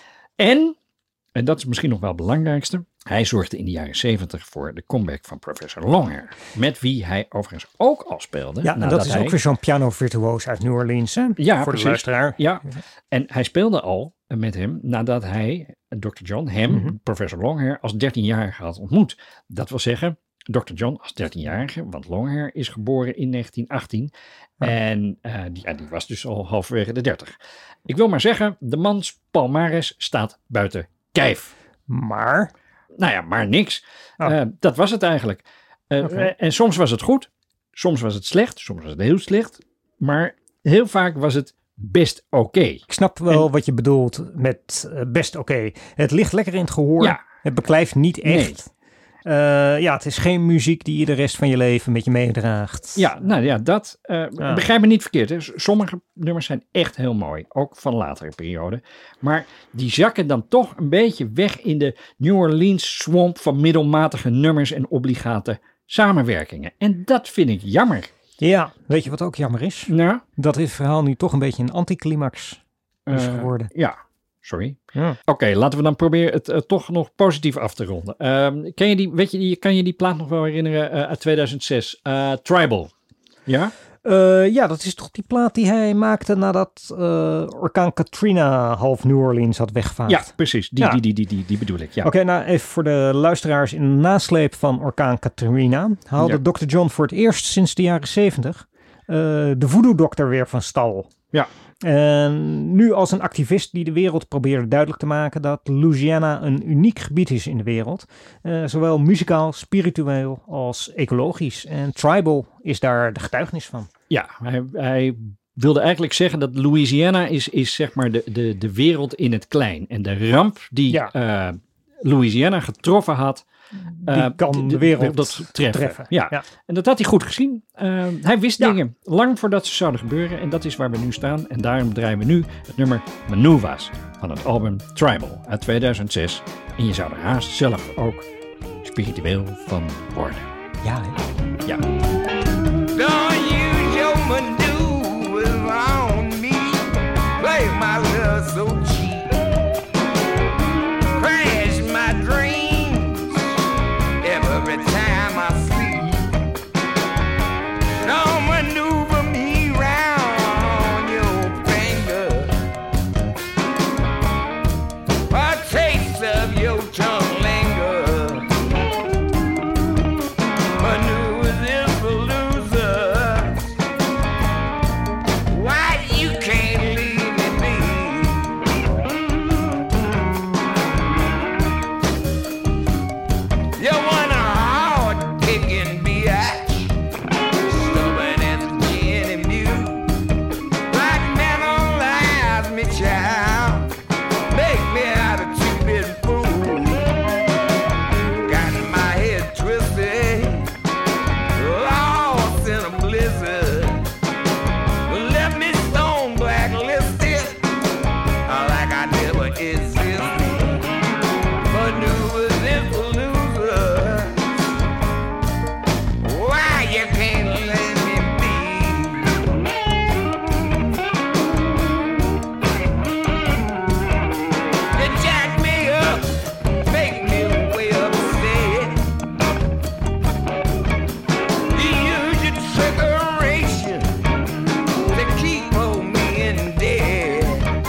En, en dat is misschien nog wel het belangrijkste, hij zorgde in de jaren zeventig voor de comeback van Professor Longhair, met wie hij overigens ook al speelde. Ja, en nadat dat is hij- ook weer zo'n piano-virtuoos uit New Orleans. Hè? Ja, Voor precies. de luisteraar. Ja, en hij speelde al met hem nadat hij, dokter John, hem, Mhm. Professor Longhair, als dertienjarige had ontmoet. Dat wil zeggen, dokter John als dertienjarige, want Longhair is geboren in negentien achttien. Ja. En uh, die, ja, die was dus al halverwege de dertig. Ik wil maar zeggen, de mans palmares staat buiten kijf. Maar? Nou ja, maar niks. Oh. Uh, dat was het eigenlijk. Uh, Oké. En soms was het goed, soms was het slecht, soms was het heel slecht. Maar heel vaak was het best oké. Ik snap wel En- wat je bedoelt met uh, best oké. Het ligt lekker in het gehoor. Ja. Het beklijft niet echt. Uh, ja, het is geen muziek die je de rest van je leven met je meedraagt. Ja, nou ja, dat uh, Ja. begrijp me niet verkeerd. Hè. Sommige nummers zijn echt heel mooi, ook van latere perioden. Maar die zakken dan toch een beetje weg in de New Orleans swamp van middelmatige nummers en obligate samenwerkingen. En dat vind ik jammer. Ja, weet je wat ook jammer is? Nou, Dat dit verhaal nu toch een beetje een anticlimax is uh, geworden. Ja, sorry. Ja. Oké, laten we dan proberen het uh, toch nog positief af te ronden. Uh, ken je die, weet je, die, kan je die plaat nog wel herinneren uh, uit tweeduizend zes? Uh, Tribal. Ja? Uh, ja, dat is toch die plaat die hij maakte nadat uh, orkaan Katrina half New Orleans had weggevaagd. Ja, precies. Die, Ja. die, die, die, die, die bedoel ik. Ja. Oké, nou even voor de luisteraars. In de nasleep van orkaan Katrina haalde Ja. dokter John voor het eerst sinds de jaren zeventig uh, de voodoo-dokter weer van stal. Ja. En nu als een activist die de wereld probeerde duidelijk te maken dat Louisiana een uniek gebied is in de wereld. Uh, zowel muzikaal, spiritueel als ecologisch. En Tribal is daar de getuigenis van. Ja, hij, hij wilde eigenlijk zeggen dat Louisiana is, is zeg maar de, de, de wereld in het klein. En de ramp die ja. uh, Louisiana getroffen had, die uh, kan de, de wereld dat treffen. treffen. Ja. ja, en dat had hij goed gezien. Uh, hij wist ja. dingen lang voordat ze zouden gebeuren. En dat is waar we nu staan. En daarom draaien we nu het nummer Manuva's van het album Tribal uit tweeduizend zes. En je zou er haast zelf ook spiritueel van worden. Ja, hè? Ja. Don't use your maneuvers on me. Play my love so cheap. Crash my dreams every time I sleep. Don't maneuver me round your finger. A taste of your tongue linger. Maneuvers is for losers. Why you can't leave me be? You want a hard kicking bitch, stubborn as a gin and mule. Like analyze me, child, make me out a two-bit fool. Got my head twisted, lost in a blizzard. Left me stone blacklisted, like I never existed. Maneuvers is for losers. Why you can't let me be? You jack me up, make me way upset. You use your trickeration to keep on me in debt.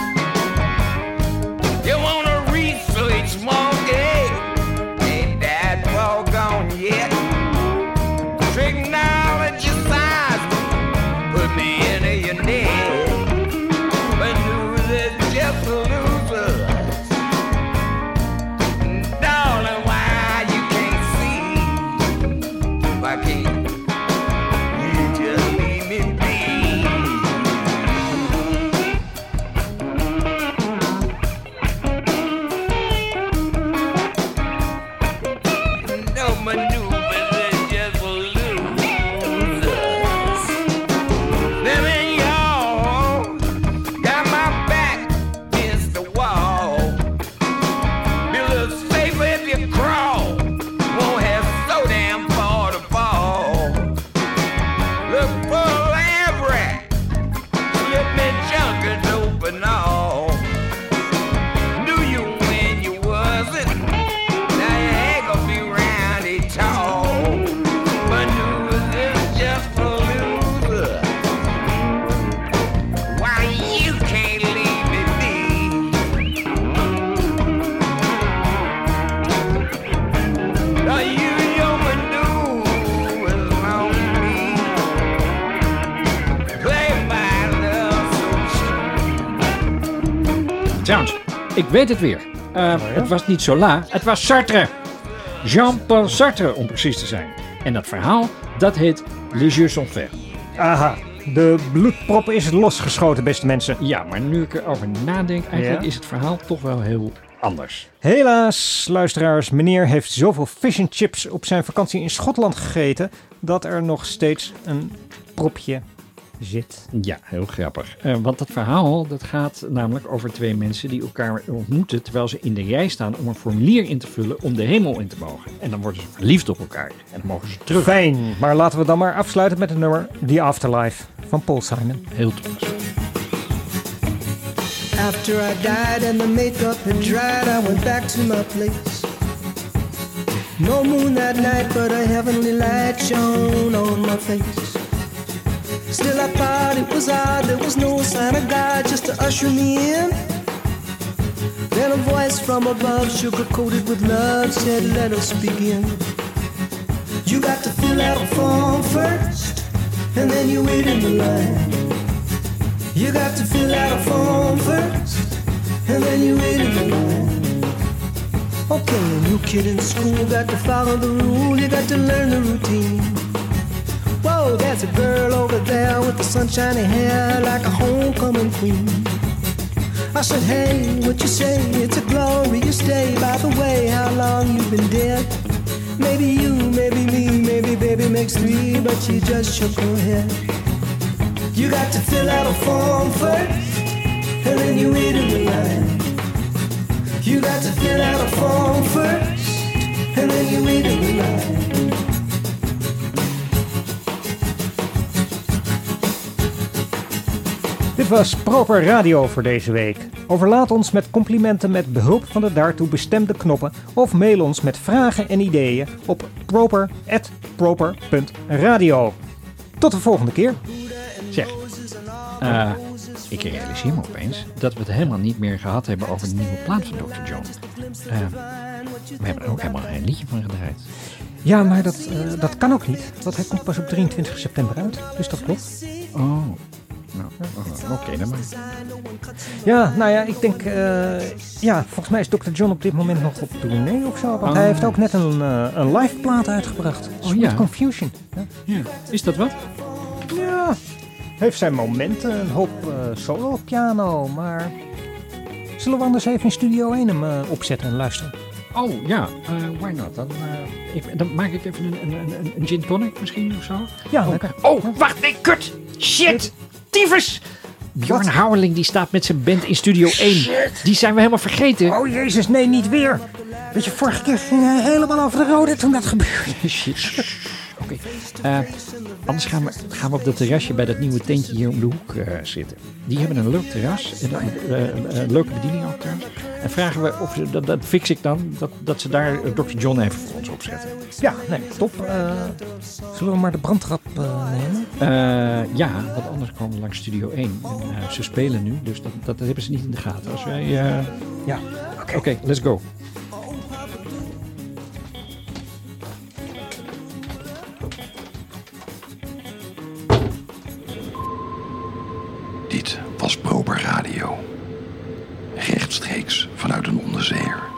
You wanna research monkey? Ain't that ball gone yet? Technology size, put me into your net. Maneuvers is just for losers. Darling, why you can't see? Why can't you just leave me be? No maneuvers is just for losers. Living y'all got my back against the wall. Be a little safer if you crawl. Won't have so damn far to fall. Look for a lab rat. Slip me junkers open all. Knew you when you wasn't. Now you ain't gonna be roundy tall. Maneuvers is just for losers. Why you can't leave me be? Now use your maneuvers on me. Play my love so cheap. Trouwens, ik weet het weer. Uh, het was niet Zola, het was Sartre. Jean-Paul Sartre, om precies te zijn. En dat verhaal, dat heet Les Jeux sont faits. Aha, de bloedprop is losgeschoten, beste mensen. Ja, maar nu ik erover nadenk, eigenlijk Ja. is het verhaal toch wel heel anders. Helaas, luisteraars, meneer heeft zoveel fish and chips op zijn vakantie in Schotland gegeten dat er nog steeds een propje zit. Ja, heel grappig. Uh, want dat verhaal dat gaat namelijk over twee mensen die elkaar ontmoeten terwijl ze in de rij staan om een formulier in te vullen om de hemel in te mogen. En dan worden ze verliefd op elkaar en dan mogen ze terug. Fijn, maar laten we dan maar afsluiten met het nummer The Afterlife van Paul Simon. Heel tof. After I died and the makeup had dried, I went back to my place. No moon that night, but a heavenly light shone on my face. Still I thought it was odd, there was no sign of God just to usher me in. Then a voice from above, sugar-coated with love, said, let us begin. You got to fill out a form first, and then you wait in the line. You got to fill out a form first, and then you wait in the line. Okay, a new kid in school, got to follow the rule, you got to learn the routine. Whoa, there's a girl over there with the sunshiny hair like a homecoming queen. I said, hey, what you say? It's a glorious day. By the way, how long you been dead? Maybe you, maybe me, maybe baby makes three, but she just shook her head. You got to fill out a form first, and then you wait in the line. You got to fill out a form first, and then you wait in the line. Dit was Proper Radio voor deze week. Overlaat ons met complimenten met behulp van de daartoe bestemde knoppen of mail ons met vragen en ideeën op proper at proper punt radio. Tot de volgende keer. Zeg, uh, ik realiseer me opeens dat we het helemaal niet meer gehad hebben over de nieuwe plaat van dokter John. Uh, we hebben er ook helemaal geen liedje van gedraaid. Ja, maar dat, uh, dat kan ook niet, want hij komt pas op drieëntwintig september uit, dus dat klopt. Oh. Nou, oké okay, dan maar. Ja, nou ja, ik denk... Uh, ja, volgens mij is dokter John op dit moment nog op tournee of zo. Want oh. hij heeft ook net een, uh, een live plaat uitgebracht. Oh ja. Confusion. Ja. Ja. Is dat wat? Ja, heeft zijn momenten. Een hoop uh, solo op piano, maar... Zullen we anders even in Studio één hem uh, opzetten en luisteren? Oh ja, uh, why not? Dan, uh, ik, dan maak ik even een, een, een, een gin tonic misschien of zo. Ja, oh. lekker. Oh, wacht, nee, kut! Shit! Tyfus! Bjorn Houweling die staat met zijn band in Studio één. Shit. Die zijn we helemaal vergeten. Oh jezus, nee, niet weer. Weet je, vorige keer ging hij helemaal over de rode toen dat gebeurde. Shit. Oké. Okay. Uh, anders gaan we, gaan we op dat terrasje bij dat nieuwe tentje hier om de hoek uh, zitten. Die hebben een leuk terras. En een uh, uh, leuke bediening ook trouwens. En vragen we of ze, dat, dat fix ik dan, dat, dat ze daar uh, dokter John even voor ons opzetten. Ja, nee, top. Uh, zullen we maar de brandtrap uh, nemen? Uh, ja, want anders komen we langs Studio één. En, uh, ze spelen nu, dus dat, dat hebben ze niet in de gaten. Als wij, uh... Ja, oké, okay. okay, let's go. Dit was Proper Radio. Rechtstreeks vanuit een onderzeeër.